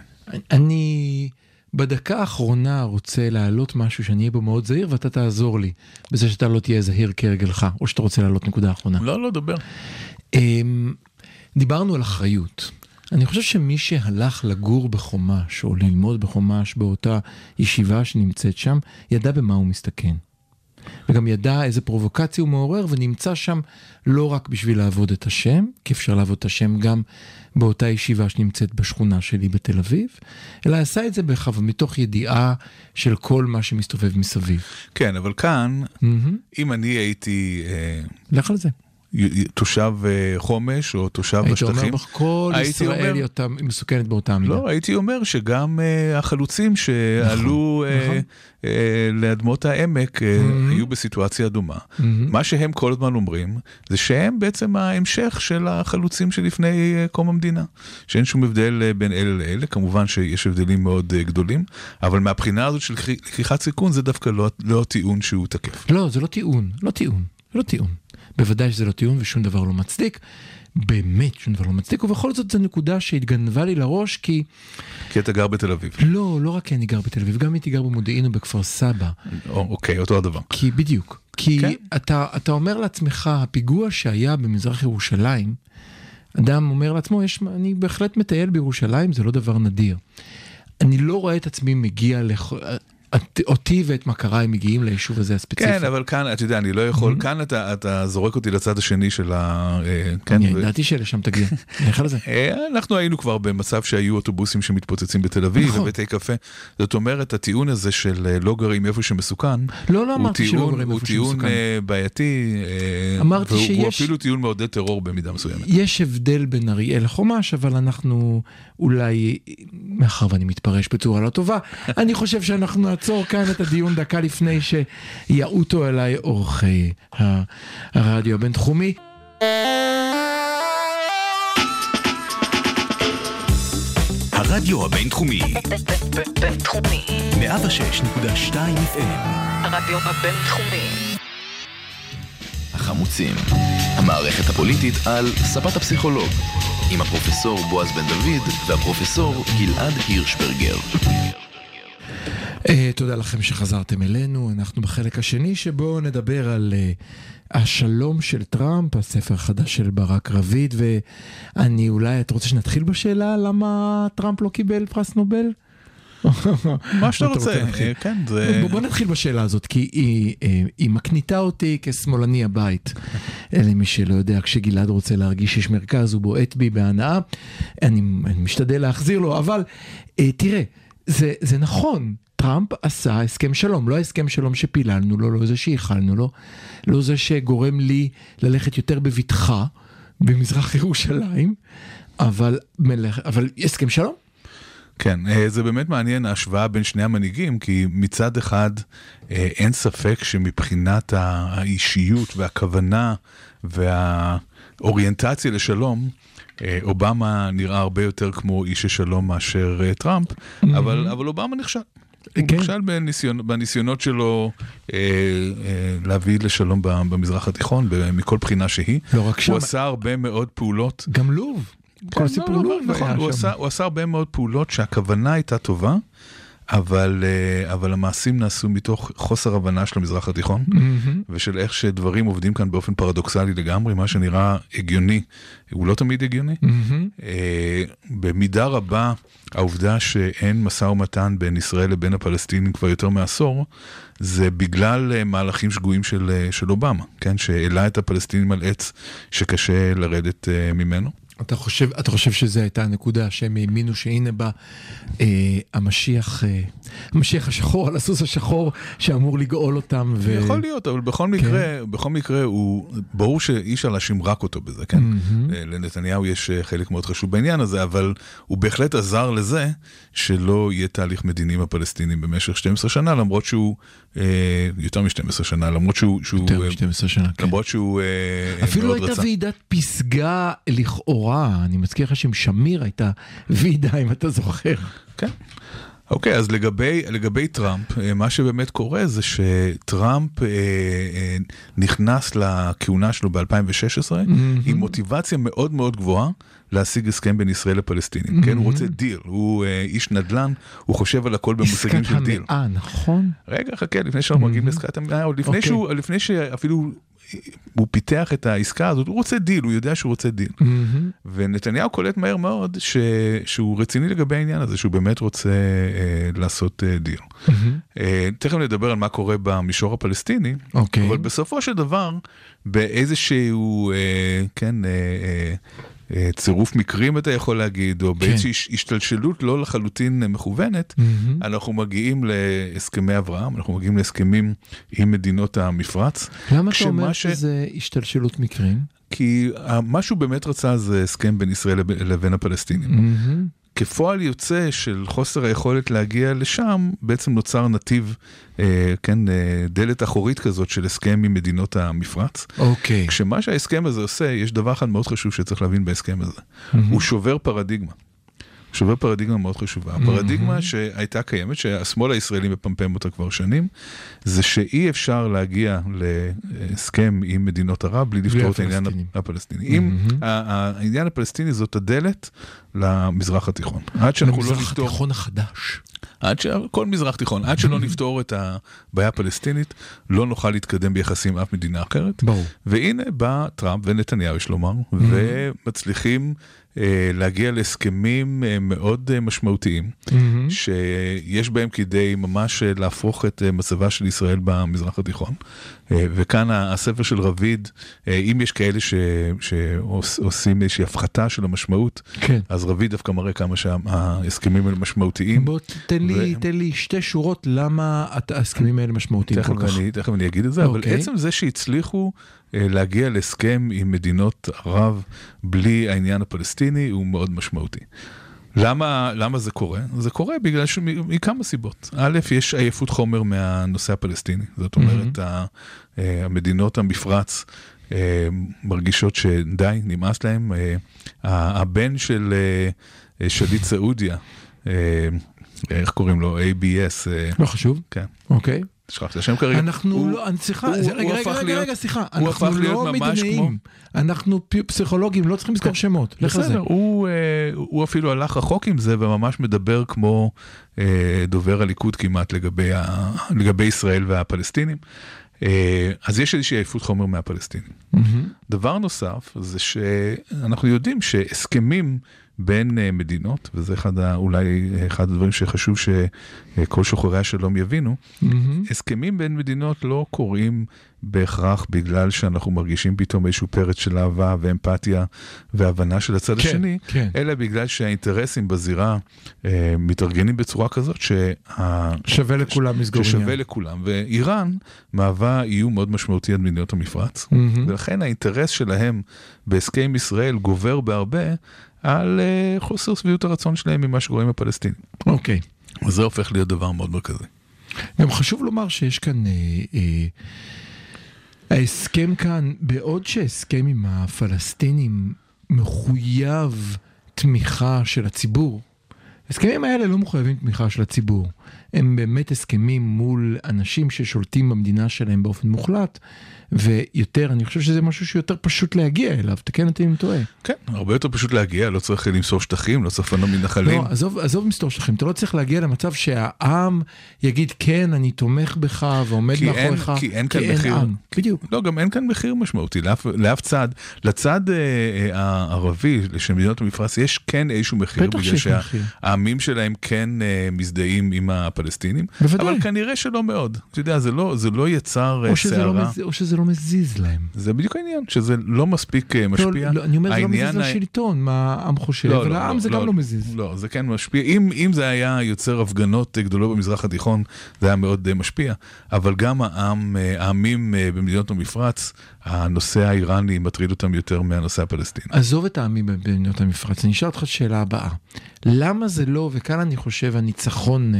אני בדקה האחרונה רוצה להעלות משהו שאני אהיה בו מאוד זהיר, ואתה תעזור לי בזה שאתה לא תהיה זהיר כרגלך, או שאתה רוצה להעלות נקודה האחרונה. לא, לא, דבר. דיברנו על אחריות. אני חושב שמי שהלך לגור בחומש, או ללמוד בחומש באותה ישיבה שנמצאת שם, ידע במה הוא מסתכן. וגם ידע איזה פרובוקציה הוא מעורר, ונמצא שם לא רק בשביל לעבוד את השם, כי אפשר לעבוד את השם גם באותה ישיבה שנמצאת בשכונה שלי בתל אביב, אלא עשה את זה בחו... מתוך ידיעה של כל מה שמסתובב מסביב. כן, אבל כאן, mm-hmm. אם אני הייתי... לך על זה. תושב חומש או תושב בשטחים. היית אומר, כל ישראל היא מסוכנת באותה מידה. לא, הייתי אומר שגם החלוצים שעלו לאדמות העמק היו בסיטואציה דומה. מה שהם כל הזמן אומרים, זה שהם בעצם ההמשך של החלוצים שלפני קום המדינה. שאין שום הבדל בין אלה לאלה, כמובן שיש הבדלים מאוד גדולים, אבל מהבחינה הזאת של לקיחת סיכון, זה דווקא לא טיעון שהוא תקף. לא, זה לא טיעון, לא טיעון, לא טיעון. בוודאי שזה לא טיעון ושום דבר לא מצדיק, באמת שום דבר לא מצדיק, ובכל זאת זו נקודה שהתגנבה לי לראש, כי... כי אתה גר בתל אביב. לא, לא רק כי אני גר בתל אביב, גם הייתי גר במודיעין ובכפר סבא. אוקיי, אותו הדבר. כי בדיוק, כי אתה, אתה אומר לעצמך, הפיגוע שהיה במזרח ירושלים, אדם אומר לעצמו, יש, אני בהחלט מטייל בירושלים, זה לא דבר נדיר. אני לא רואה את עצמי מגיע לכ... אותי ואת מכריי מגיעים ליישוב הזה הספציפי. כן, אבל כאן, אתה יודע, אני לא יכול, כאן אתה זורק אותי לצד השני של ה... אני ידעתי שלשם תגיע, נלך על זה. אנחנו היינו כבר במצב שהיו אוטובוסים שמתפוצצים בתל אביב, ובתי קפה. זאת אומרת, הטיעון הזה של לא גרים איפה שמסוכן, לא, לא אמרתי שלא גרים הוא איפה שמסוכן. טיעון בעייתי, והוא אפילו טיעון מעודד טרור במידה מסוימת. יש הבדל בין אריאל לחומש, אבל אנחנו אולי, מאחר ואני מתפרש בצורה לא טובה, אני חושב שאנחנו נעצור כאן את הדיון דקה לפני שיעוטו אליי אורחי הרדיו הבינתחומי. הרדיו הבינתחומי בינתחומי מאה ושש נקודה שתיים אף אם. הרדיו הבינתחומי. החמוצים, המערכת הפוליטית על ספת הפסיכולוג, עם הפרופסור בועז בן דוד והפרופסור גלעד הירשברגר. Uh, תודה לכם שחזרתם אלינו. אנחנו בחלק השני שבו נדבר על uh, השלום של טראמפ, הספר החדש של ברק רביד, ואני אולי, אתה רוצה שנתחיל בשאלה למה טראמפ לא קיבל פרס נובל? מה שאתה רוצה, כן, זה... בוא נתחיל בשאלה הזאת, כי היא, היא מקניתה אותי כשמאלני הבית. למי שלא יודע, כשגלעד רוצה להרגיש שיש מרכז, הוא בועט בי בהנאה, אני, אני משתדל להחזיר לו, אבל תראה, זה, זה נכון, טראמפ עשה הסכם שלום, לא הסכם שלום שפיללנו לו, לא זה שהיחלנו לו, לא זה שגורם לי ללכת יותר בבטחה במזרח ירושלים, אבל, אבל הסכם שלום? כן, זה באמת מעניין ההשוואה בין שני המנהיגים, כי מצד אחד אין ספק שמבחינת האישיות והכוונה והאוריינטציה לשלום, אובמה נראה הרבה יותר כמו איש השלום מאשר טראמפ, אבל, אבל אובמה נכשל. הוא נכשל בניסיון, בניסיונות שלו אה, אה, להביא לשלום במזרח התיכון, מכל בחינה שהיא. לא רק שם. הוא עשה הרבה מאוד פעולות. גם לוב. כל הסיפור לוב. נכון, הוא עשה, הוא עשה הרבה מאוד פעולות שהכוונה הייתה טובה, אבל, אבל המעשים נעשו מתוך חוסר הבנה של המזרח התיכון, ושל איך שדברים עובדים כאן באופן פרדוקסלי לגמרי, מה שנראה הגיוני, הוא לא תמיד הגיוני. במידה רבה, העובדה שאין משא ומתן בין ישראל לבין הפלסטינים כבר יותר מעשור, זה בגלל מהלכים שגויים של, של אובמה, כן? שהעלה את הפלסטינים על עץ שקשה לרדת ממנו. אתה חושב, אתה חושב שזו הייתה הנקודה שהם האמינו שהנה בה אה, המשיח, אה, המשיח השחור, על הסוס השחור שאמור לגאול אותם. ו... יכול להיות, אבל בכל מקרה, כן. בכל מקרה הוא, ברור שאי אפשר להאשים רק אותו בזה, כן? Mm-hmm. לנתניהו יש חלק מאוד חשוב בעניין הזה, אבל הוא בהחלט עזר לזה שלא יהיה תהליך מדיני עם הפלסטינים במשך שתים עשרה שנה, למרות שהוא, אה, יותר מ-שתים עשרה שנה, למרות שהוא, שהוא יותר מ-שתים עשרה שנה, כן. למרות שהוא אה, אפילו הייתה רצה. ועידת פסגה לכאורה, אני מזכיר לך שעם שמיר הייתה ועידה, אם אתה זוכר. כן. אוקיי, אז לגבי, לגבי טראמפ, מה שבאמת קורה זה שטראמפ אה, אה, נכנס לכהונה שלו ב-אלפיים ושש עשרה, mm-hmm. עם מוטיבציה מאוד מאוד גבוהה להשיג הסכם בין ישראל לפלסטינים. Mm-hmm. כן, הוא רוצה דיל, הוא אה, איש נדל"ן, הוא חושב על הכל במושגים של דיל. עסקת המאה, נכון? רגע, חכה, לפני שאנחנו mm-hmm. מגיעים לעסקת המאה, או לפני, okay. שהוא, לפני שאפילו... הוא פיתח את העסקה הזאת, הוא רוצה דיל, הוא יודע שהוא רוצה דיל. Mm-hmm. ונתניהו קולט מהר מאוד ש... שהוא רציני לגבי העניין הזה, שהוא באמת רוצה אה, לעשות אה, דיל. Mm-hmm. אה, תכף נדבר על מה קורה במישור הפלסטיני, okay. אבל בסופו של דבר, באיזשהו, אה, כן, אה, אה, צירוף מקרים אתה יכול להגיד, או באיזושהי השתלשלות לא לחלוטין מכוונת, אנחנו מגיעים להסכמי אברהם, אנחנו מגיעים להסכמים עם מדינות המפרץ. למה אתה אומר שזה השתלשלות מקרים? כי מה שהוא באמת רצה זה הסכם בין ישראל לבין הפלסטינים. כפועל יוצא של חוסר היכולת להגיע לשם, בעצם נוצר נתיב, אה, כן, אה, דלת אחורית כזאת של הסכם עם מדינות המפרץ. אוקיי. כשמה שההסכם הזה עושה, יש דבר אחד מאוד חשוב שצריך להבין בהסכם הזה. Mm-hmm. הוא שובר פרדיגמה. שובר פרדיגמה מאוד חשובה. הפרדיגמה mm-hmm. שהייתה קיימת, שהשמאל הישראלי מפמפם אותה כבר שנים, זה שאי אפשר להגיע להסכם עם מדינות ערב בלי לפתור את העניין הפלסטיני. Mm-hmm. אם העניין הפלסטיני זאת הדלת למזרח התיכון. עד שאנחנו לא נפתור... התיכון החדש. עד שכל מזרח תיכון, עד שלא נפתור את הבעיה הפלסטינית, לא נוכל להתקדם ביחסים עם אף מדינה אחרת. ברור. והנה בא טראמפ ונתניהו, יש לומר, ומצליחים להגיע להסכמים מאוד משמעותיים, שיש בהם כדי ממש להפוך את מצבה של ישראל במזרח התיכון. וכאן הספר של רביד, אם יש כאלה שעושים איזושהי הפחתה של המשמעות, אז רביד דווקא מראה כמה שההסכמים האלה משמעותיים. בוא תן לי, תן לי שתי שורות למה ההסכמים האלה משמעותיים כל כך. תכף אני אגיד את זה, אבל עצם זה שהצליחו להגיע להסכם עם מדינות ערב בלי העניין הפלסטיני הוא מאוד משמעותי. למה, למה זה קורה? זה קורה בגלל מכמה סיבות. א', יש עייפות חומר מהנושא הפלסטיני. זאת אומרת, mm-hmm. המדינות המפרץ מרגישות שדי, נמאס להם. הבן של שליט סעודיה, איך קוראים לו? איי בי אס. לא חשוב. כן. אוקיי. שכחתי, השם כרגע. אנחנו לא, סליחה, רגע, רגע, רגע, סליחה. אנחנו לא מדינאים. אנחנו פסיכולוגים, לא צריכים לזכור שמות. בסדר, הוא אפילו הלך רחוק עם זה, וממש מדבר כמו דובר הליכוד כמעט לגבי ישראל והפלסטינים. אז יש איזושהי עייפות חומר מהפלסטינים. דבר נוסף, זה שאנחנו יודעים שהסכמים בין מדינות, וזה אחד, אולי אחד הדברים שחשוב שכל שוחרי השלום יבינו, mm-hmm. הסכמים בין מדינות לא קורים בהכרח בגלל שאנחנו מרגישים פתאום איזשהו פרץ של אהבה ואמפתיה והבנה של הצד כן, השני, כן. אלא בגלל שהאינטרסים בזירה אה, מתארגנים בצורה כזאת שה... שווה לכולם מסגור עניין. ששווה לכולם, ואיראן מהווה איום מאוד משמעותי על מדינות המפרץ, mm-hmm. ולכן האינטרס שלהם בהסכם ישראל גובר בהרבה על uh, חוסר סביבות הרצון שלהם ממה שקוראים הפלסטינים. אוקיי. Okay. וזה הופך להיות דבר מאוד מרכזי. גם חשוב לומר שיש כאן, אה, אה, ההסכם כאן, בעוד שהסכם עם הפלסטינים מחויב תמיכה של הציבור, הסכמים האלה לא מחויבים תמיכה של הציבור. הם באמת הסכמים מול אנשים ששולטים במדינה שלהם באופן מוחלט, ויותר, אני חושב שזה משהו שיותר פשוט להגיע אליו, תקן אותי אם טועה. כן, הרבה יותר פשוט להגיע, לא צריך למסור שטחים, לא צריך לפנות מנחלים. לא, עזוב, עזוב מסתור שטחים, אתה לא צריך להגיע למצב שהעם יגיד, כן, אני תומך בך ועומד מאחוריך. כי אין כאן מחיר. בדיוק. לא, גם אין כאן מחיר משמעותי, לאף צד. לצד הערבי, של מדינות המפרץ, יש כן איזשהו מחיר, בגלל שהעמים שלהם כן מזדהים עם הפלסטינים, אבל כנראה שלא מאוד. אתה יודע, זה לא יצר שערה. או שזה לא מזיז להם. זה בדיוק העניין, שזה לא מספיק משפיע. אני אומר, זה לא מזיז לשלטון, מה העם חושב, אבל העם זה גם לא מזיז. לא, זה כן משפיע. אם זה היה יוצר הפגנות גדולות במזרח התיכון, זה היה מאוד משפיע, אבל גם העמים במדינות המפרץ, הנושא האיראני מטריד אותם יותר מהנושא הפלסטיני. עזוב את העמים במדינות המפרץ, אני אשאל אותך שאלה הבאה. למה זה לא, וכאן אני חושב הניצחון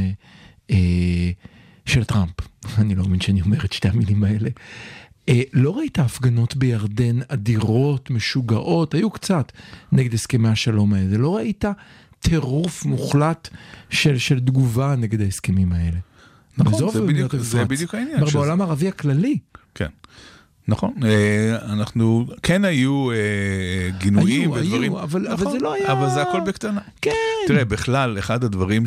של טראמפ, אני לא מבין שאני אומר את שתי המילים האלה, לא ראית הפגנות בירדן אדירות, משוגעות, היו קצת נגד הסכמי השלום האלה, לא ראית טירוף מוחלט של, של תגובה נגד ההסכמים האלה. נכון, זה בדיוק, זה בדיוק העניין. שזה... בעולם הערבי הכללי. כן. נכון, אנחנו, כן היו גינויים היו, ודברים, היו, אבל, נכון, אבל זה לא היה... אבל זה הכל בקטנה. כן. תראה, בכלל, אחד הדברים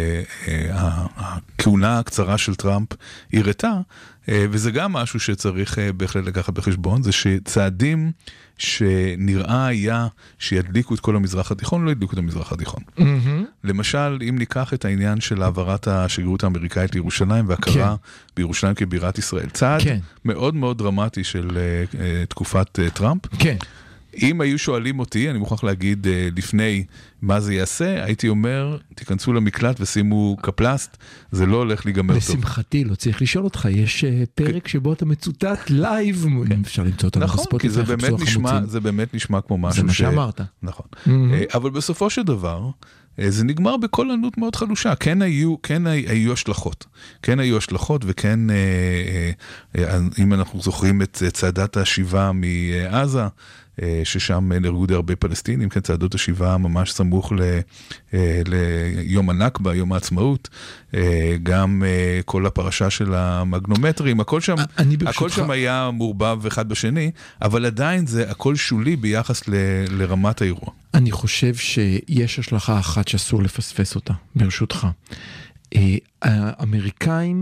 שהכהונה הקצרה של טראמפ הראתה, וזה גם משהו שצריך בהחלט לקחת בחשבון, זה שצעדים שנראה היה שידליקו את כל המזרח התיכון, לא ידליקו את המזרח התיכון. Mm-hmm. למשל, אם ניקח את העניין של העברת השגרירות האמריקאית לירושלים, והכרה כן. בירושלים כבירת ישראל. צעד כן. מאוד מאוד דרמטי של uh, uh, תקופת uh, טראמפ. כן. אם היו שואלים אותי, אני מוכרח להגיד uh, לפני מה זה יעשה, הייתי אומר, תיכנסו למקלט ושימו קפלסט, זה לא הולך להיגמר טוב. לשמחתי, לא צריך לשאול אותך, יש uh, פרק שבו אתה מצוטט לייב, כן. אפשר למצוא אותנו נכון, בספוט. כי זה באמת, נשמע, זה באמת נשמע כמו משהו ש... זה מה שאמרת. נכון. Mm-hmm. Uh, אבל בסופו של דבר, זה נגמר בכל ענות מאוד חלושה. כן היו, כן היו השלכות. כן היו השלכות, וכן, אם אנחנו זוכרים את צעדת השיבה מעזה, ששם נהרגו די הרבה פלסטינים, כן, צעדות השיבה ממש סמוך ל, ליום הנכבה, יום העצמאות, גם כל הפרשה של המגנומטרים, הכל שם, הכל שם היה מורבב אחד בשני, אבל עדיין זה הכל שולי ביחס ל, לרמת האירוע. אני חושב שיש השלכה אחת שאסור לפספס אותה, ברשותך. האמריקאים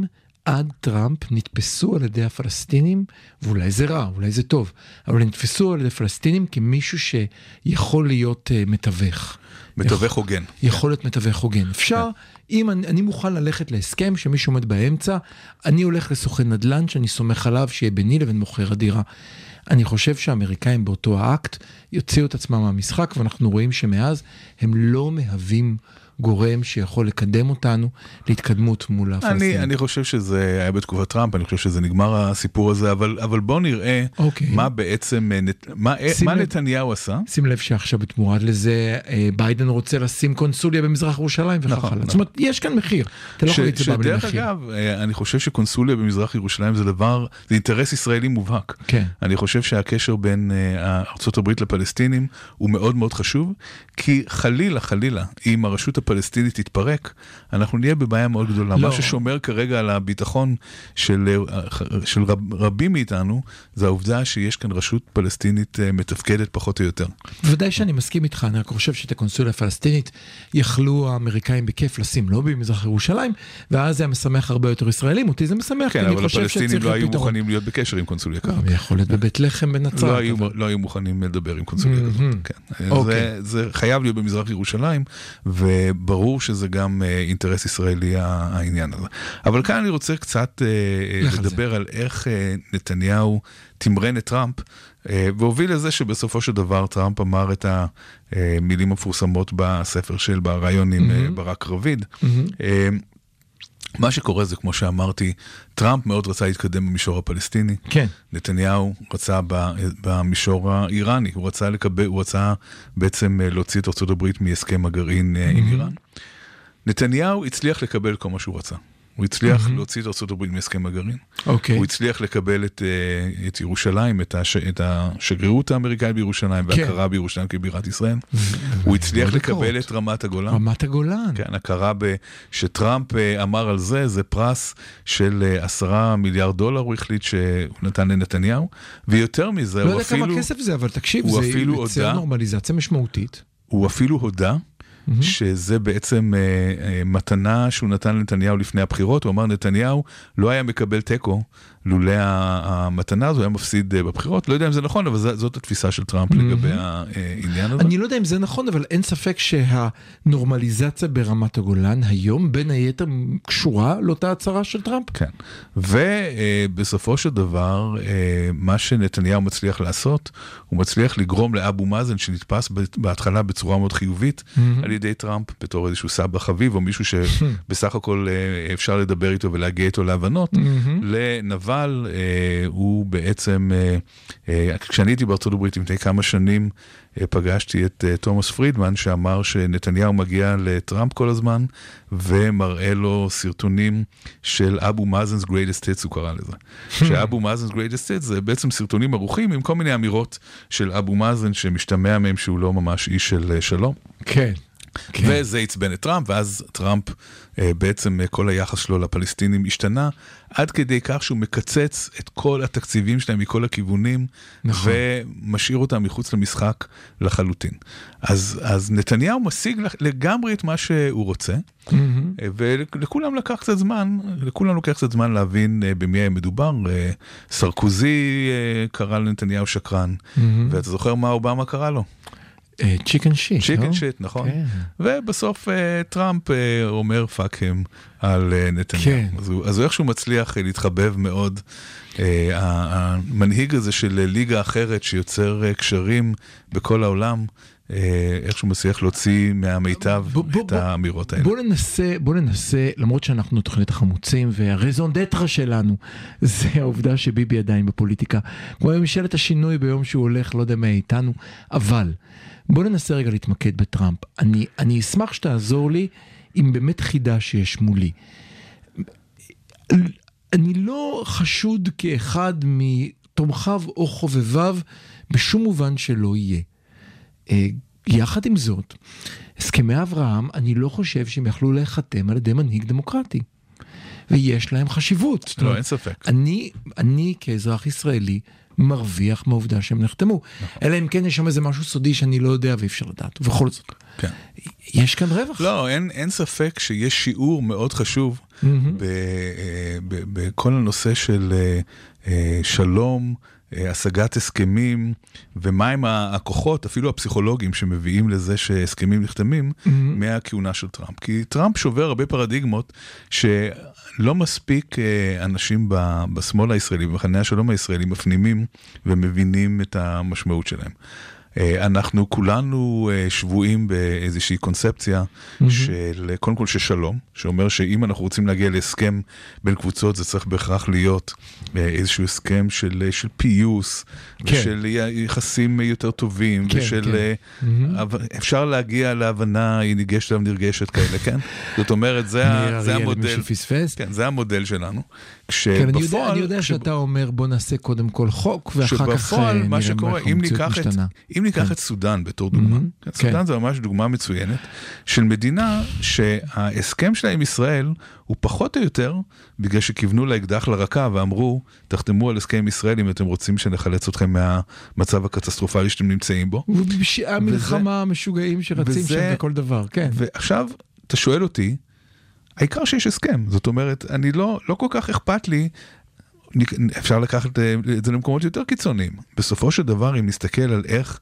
עד טראמפ נתפסו על ידי הפלסטינים, ואולי זה רע, אולי זה טוב, אבל נתפסו על ידי פלסטינים כמישהו שיכול להיות uh, מתווך. מתווך הוגן. יכול להיות מתווך הוגן. אפשר, אם אני, אני מוכן ללכת להסכם שמישהו עומד באמצע, אני הולך לסוכן נדל"ן שאני סומך עליו שיהיה ביני לבין מוכר הדירה. אני חושב שהאמריקאים באותו האקט יוציאו את עצמם מהמשחק, ואנחנו רואים שמאז הם לא מהווים גורם שיכול לקדם אותנו להתקדמות מול הפלסטינים. אני, אני חושב שזה היה בתקופת טראמפ, אני חושב שזה נגמר הסיפור הזה, אבל, אבל בוא נראה okay. מה בעצם, מה, מה לב, נתניהו עשה. שים לב שעכשיו בתמורת לזה, ביידן רוצה לשים קונסוליה במזרח ירושלים וכך הלאה. נכון. זאת אומרת, יש כאן מחיר. אתה לא יכול להתבע בלי מחיר. שדרך אגב, אני חושב שקונסוליה במזרח ירושלים זה דבר, זה אינטרס ישראלי מובהק. כן. אני חושב שהקשר בין ארצות הברית לפלסטינים הוא מאוד מאוד חשוב, כי חלילה, חלילה, אם הרשות הפלסטינית תתפרק, אנחנו נהיה בבעיה מאוד גדולה. לא. מה ששומר כרגע על הביטחון של, של רב, רבים מאיתנו, זה העובדה שיש כאן רשות פלסטינית מתפקדת פחות או יותר. ודאי שאני מסכים איתך, אני רק חושב שאת הקונסוליה הפלסטינית יכלו האמריקאים בכיף לשים לא במזרח ירושלים, ואז זה משמח הרבה יותר ישראלים, אותי זה משמח. כן, אבל הפלסטינים לא היו פתרון. מוכנים להיות בקשר עם קונסוליה כזאת. יכול להיות בבית לחם בנצרת. לא היו, לא היו מוכנים לדבר עם קונסוליה כזאת. כן. Okay. זה, זה חייב להיות במזרח ירושלים, וברור שזה גם אינטרס ישראלי העניין הזה. אבל כאן אני רוצה קצת לדבר על איך נתניהו תמרן את טראמפ, והוביל לזה שבסופו של דבר טראמפ אמר את המילים המפורסמות בספר של ברעיון עם ברק רביד. מה שקורה זה, כמו שאמרתי, טראמפ מאוד רצה להתקדם במישור הפלסטיני. כן. נתניהו רצה במישור האיראני. הוא רצה לקבל, הוא רצה בעצם להוציא את ארצות הברית מהסכם הגרעין עם איראן. נתניהו הצליח לקבל כל מה שהוא רצה. הוא הצליח mm-hmm. להוציא את ארצות הברית מהסכם הגרעין. Okay. הוא הצליח לקבל את, את ירושלים, את, הש, את השגרירות האמריקאית בירושלים, okay. והכרה בירושלים כבירת ישראל. הוא הצליח לקבל את רמת הגולן. רמת הגולן. כן, הכרה ב, שטראמפ אמר על זה, זה פרס של עשרה מיליארד דולר, הוא החליט שהוא נתן לנתניהו, ויותר מזה, לא הוא אפילו... לא יודע כמה כסף זה, אבל תקשיב, זה יוצר נורמליזציה משמעותית. הוא אפילו הודה, Mm-hmm. שזה בעצם uh, uh, מתנה שהוא נתן לנתניהו לפני הבחירות. הוא אמר, נתניהו לא היה מקבל טקו לולא המתנה הזו, הוא היה מפסיד uh, בבחירות. לא יודע אם זה נכון, אבל זאת, זאת התפיסה של טראמפ mm-hmm. לגבי העניין הזה. אני לא יודע אם זה נכון, אבל אין ספק שהנורמליזציה ברמת הגולן היום בין היתר קשורה לאותה הצהרה של טראמפ. כן, ובסופו uh, של דבר, uh, מה שנתניהו מצליח לעשות, הוא מצליח לגרום לאבו מאזן שנתפס בהתחלה בצורה מאוד חיובית, mm-hmm. על ידי טראמפ, בתור איזשהו סבא חביב, או מישהו שבסך הכל אפשר לדבר איתו ולהגיע איתו להבנות, לנבל, הוא בעצם, כשאני הייתי בארצות הברית לפני כמה שנים, פגשתי את תומאס פרידמן, שאמר שנתניהו מגיע לטראמפ כל הזמן, ומראה לו סרטונים של אבו מאזנ's greatest hits, הוא קרא לזה. שאבו מאזנ's greatest hits זה בעצם סרטונים ערוכים, עם כל מיני אמירות של אבו מאזן, שמשתמע מהם שהוא לא ממש איש של שלום. כן. כן. וזה הצבן את טראמפ, ואז טראמפ, בעצם כל היחס שלו לפלסטינים השתנה, עד כדי כך שהוא מקצץ את כל התקציבים שלהם מכל הכיוונים, נכון. ומשאיר אותם מחוץ למשחק לחלוטין. אז, אז נתניהו משיג לגמרי את מה שהוא רוצה, mm-hmm. ולכולם לקח קצת זמן, לכולם לוקח קצת זמן להבין במי היה מדובר. סרקוזי קרא לנתניהו שקרן, mm-hmm. ואתה זוכר מה אובמה קרא לו? צ'יקן שיט, צ'יקן שיט, נכון. ובסוף טראמפ אומר פאקם על נתניהו. אז הוא איכשהו מצליח להתחבב מאוד. המנהיג הזה של ליגה אחרת שיוצר קשרים בכל העולם, איכשהו מצליח להוציא מהמיטב את האמירות האלה. בוא ננסה, בוא ננסה, למרות שאנחנו תוכנית החמוצים, והרזון דטרה שלנו, זה העובדה שביבי עדיין בפוליטיקה. כמו ממשלת השינוי ביום שהוא הולך, לא יודע מה איתנו, אבל בוא ננסה רגע להתמקד בטראמפ. אני, אני אשמח שתעזור לי עם באמת חידה שיש מולי. אני לא חשוד כאחד מתומכיו או חובביו בשום מובן שלא יהיה. יחד עם זאת, הסכמי אברהם, אני לא חושב שהם יכלו להיחתם על ידי מנהיג דמוקרטי. ויש להם חשיבות. לא, אין ספק. אני, אני כאזרח ישראלי מרוויח מהעובדה שהם נחתמו. אלא אם כן יש שם איזה משהו סודי שאני לא יודע ואי אפשר לדעת. ובכל זאת, כן. יש כאן רווח. לא, אין, אין ספק שיש שיעור מאוד חשוב mm-hmm. ב, ב, בכל הנושא של שלום, השגת הסכמים, ומהם הכוחות, אפילו הפסיכולוגים שמביאים לזה שהסכמים נחתמים mm-hmm. מהכהונה של טראמפ. כי טראמפ שובר הרבה פרדיגמות שלא מספיק אנשים בשמאל הישראלי, במחנה השלום הישראלי, מפנימים ומבינים את המשמעות שלהם. אנחנו כולנו שבועים באיזושהי קונספציה של, קודם כל של שלום, שאומר שאם אנחנו רוצים להגיע להסכם בין קבוצות, זה צריך בהכרח להיות איזשהו הסכם של, של פיוס, כן. ושל יחסים יותר טובים, כן, ושל, כן. אפשר להגיע להבנה, היא ניגשת ונרגשת כאלה, כן? זאת אומרת, זה, זה המודל, כן, זה המודל שלנו. כן, אני יודע, אני יודע שאתה אומר, בוא נעשה קודם כל חוק, ואחר כך נראה מה המציאות משתנה. אם ניקח את סודן בתור דוגמה, סודן זה ממש דוגמה מצוינת, של מדינה שההסכם שלה עם ישראל הוא פחות או יותר, בגלל שכיוונו לאקדח לרקה ואמרו, תחתמו על הסכם עם ישראל אם אתם רוצים שנחלץ אתכם מהמצב הקטסטרופלי שאתם נמצאים בו. ובפשיעה מלחמה משוגעים שרצים שם בכל דבר, כן. ועכשיו, אתה שואל אותי, העיקר שיש הסכם, זאת אומרת, אני לא, לא כל כך אכפת לי, אפשר לקחת את זה למקומות יותר קיצוניים. בסופו של דבר, אם נסתכל על איך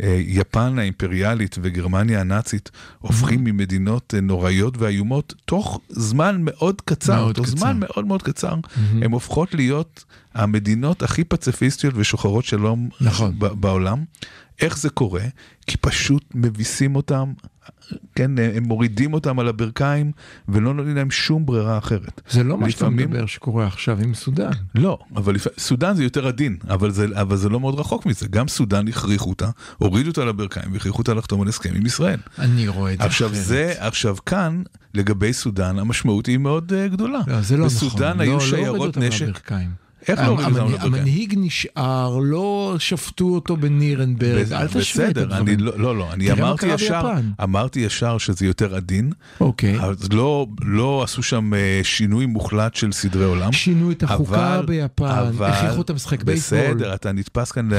יפן האימפריאלית וגרמניה הנאצית הופכים ממדינות נוראיות ואיומות, תוך זמן מאוד קצר, תוך זמן מאוד מאוד קצר, הן הופכות להיות המדינות הכי פציפיסטיות ושוחרות שלום בעולם. איך זה קורה? כי פשוט מביסים אותם, כן, הם מורידים אותם על הברכיים, ולא נותנים להם שום ברירה אחרת. זה לא מה שאתה מדבר שקורה עכשיו עם סודן. לא, אבל סודן זה יותר עדין, אבל זה, אבל זה לא מאוד רחוק מזה. גם סודן הכריחו אותה, הורידו אותה לברכיים, והכריחו אותה לחתום על הסכם עם ישראל. אני רואה את זה עכשיו אחרת. זה, עכשיו כאן, לגבי סודן, המשמעות היא מאוד גדולה. לא, זה לא בסודן נכון. היו לא, שיירות לא נשק. איך לא המנהיג, המנהיג נשאר, לא שפטו אותו בנירנברג, אל תשווה את הדברים. לא, לא, לא, אני אמרתי ישר, אמרתי ישר שזה יותר עדין, אוקיי. אז לא, לא עשו שם שינוי מוחלט של סדרי עולם. שינו את החוקה ביפן, הכריחו את המשחק בייסבול. בסדר, אתה נתפס כאן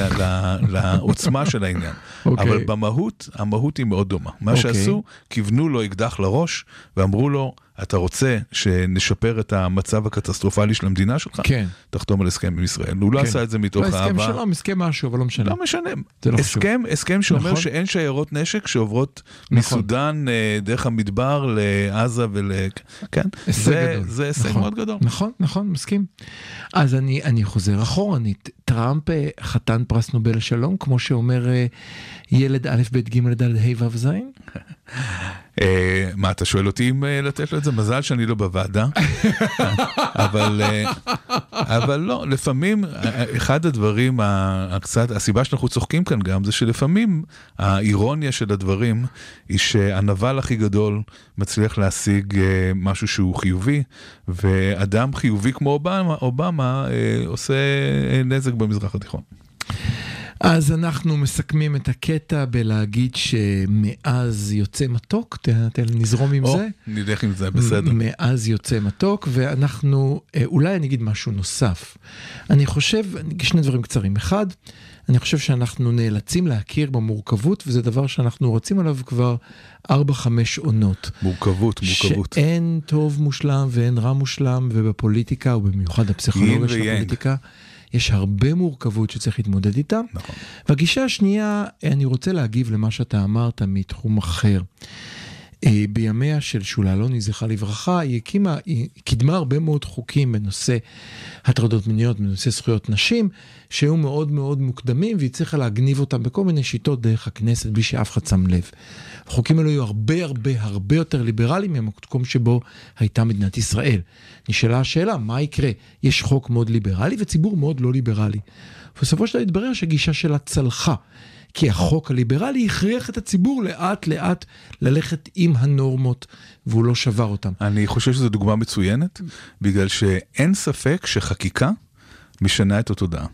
לעוצמה של העניין. אבל במהות, המהות היא מאוד דומה. מה שעשו, כיוונו לו אקדח לראש, ואמרו לו, אתה רוצה שנשפר את המצב הקטסטרופלי של המדינה שלך? כן. תחתום על הסכם עם ישראל. הוא לא עשה את זה מתוך אהבה. לא, הסכם שלום, הסכם משהו, אבל לא משנה. לא משנה. הסכם, הסכם שאומר שאין שיירות נשק שעוברות מסודן דרך המדבר לעזה ול... כן? זה הישג מאוד גדול. נכון, נכון, מסכים. אז אני חוזר אחורנית. טראמפ חתן פרס נובל לשלום, כמו שאומר ילד א' ב' ג' ד' ה' ו' ז'? מה, אתה שואל אותי אם לתת לו את זה? מזל שאני לא בוועדה. אבל, אבל לא, לפעמים, אחד הדברים, הקצת, הסיבה שאנחנו צוחקים כאן גם, זה שלפעמים האירוניה של הדברים, היא שהנבל הכי גדול מצליח להשיג משהו שהוא חיובי, ואדם חיובי כמו אובמה, אובמה עושה נזק במזרח התיכון. אז אנחנו מסכמים את הקטע בלהגיד שמאז יוצא מתוק, נזרום עם זה. נלך עם זה, בסדר. מאז יוצא מתוק, ואנחנו, אולי אני אגיד משהו נוסף. אני חושב, שני דברים קצרים. אחד, אני חושב שאנחנו נאלצים להכיר במורכבות, וזה דבר שאנחנו רוצים עליו כבר ארבע, חמש עונות. מורכבות, מורכבות. שאין טוב מושלם ואין רע מושלם, ובפוליטיקה, ובמיוחד הפסיכולוגיה של הפוליטיקה, יש הרבה מורכבות שצריך להתמודד איתה. נכון. והגישה השנייה, אני רוצה להגיב למה שאתה אמרת מתחום אחר. בימיה של שולה אלוני, זכרה לברכה, היא הקימה, היא קידמה הרבה מאוד חוקים בנושא הטרדות מיניות, בנושא זכויות נשים, שהיו מאוד מאוד מוקדמים, והיא צריכה להגניב אותם בכל מיני שיטות דרך הכנסת, בלי שאף אחד שם לב. החוקים האלו היו הרבה הרבה הרבה יותר ליברליים מהמקום שבו הייתה מדינת ישראל. נשאלה השאלה, מה יקרה? יש חוק מאוד ליברלי וציבור מאוד לא ליברלי. בסופו של דבר התברר שהגישה שלה צלחה, כי החוק הליברלי הכריח את הציבור לאט לאט ללכת עם הנורמות, והוא לא שבר אותם. אני חושב שזו דוגמה מצוינת, בגלל שאין ספק שחקיקה משנה את התודעה.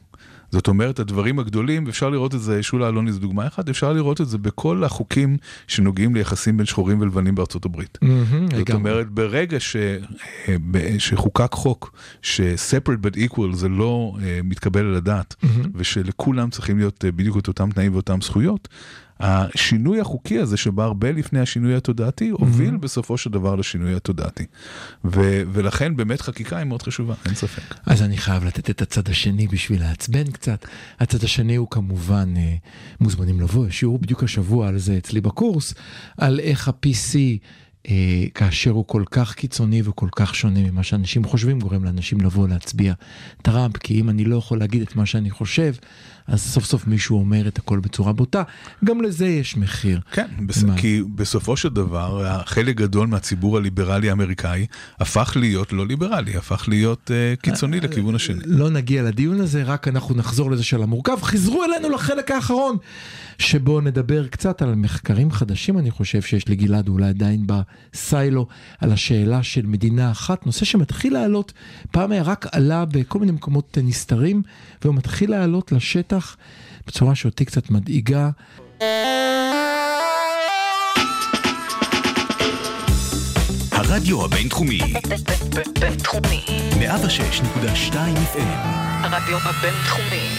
זאת אומרת, הדברים הגדולים, ואפשר לראות את זה, שולה אלוני זה דוגמה אחת, אפשר לראות את זה בכל החוקים שנוגעים ליחסים בין שחורים ולבנים בארצות הברית. זאת אומרת, ברגע שחוקק חוק, ש-separate but equal זה לא מתקבל על הדעת, ושלכולם צריכים להיות בדיוק אותם תנאים ואותם זכויות, השינוי החוקי הזה שבא הרבה לפני השינוי התודעתי, הוביל mm-hmm. בסופו של דבר לשינוי התודעתי. ו- ולכן באמת חקיקה היא מאוד חשובה, אין ספק. אז אני חייב לתת את הצד השני בשביל להצבן קצת. הצד השני הוא כמובן אה, מוזמנים לבוא, שיעור בדיוק השבוע על זה אצלי בקורס, על איך ה-פי סי אה, כאשר הוא כל כך קיצוני וכל כך שונה ממה שאנשים חושבים, גורם לאנשים לבוא להצביע טראמפ, כי אם אני לא יכול להגיד את מה שאני חושב, אז סוף סוף מישהו אומר את הכל בצורה בוטה, גם לזה יש מחיר. כן, בס... כי בסופו של דבר, החלק גדול מהציבור הליברלי האמריקאי, הפך להיות לא ליברלי, הפך להיות uh, קיצוני לכיוון השני. לא נגיע לדיון הזה, רק אנחנו נחזור לזה של המורכב. חזרו אלינו לחלק האחרון, שבו נדבר קצת על מחקרים חדשים, אני חושב שיש לגלעד אולי עדיין בסיילו, על השאלה של מדינה אחת, נושא שמתחיל לעלות, פעם היה רק עלה בכל מיני מקומות נסתרים, והוא מתחיל לעלות לשטח, בצורה שאותי קצת מדאיגה. הרדיו הבינתחומי בינתחומי מאה ושש נקודה שתיים אף אם. הרדיו הבינתחומי.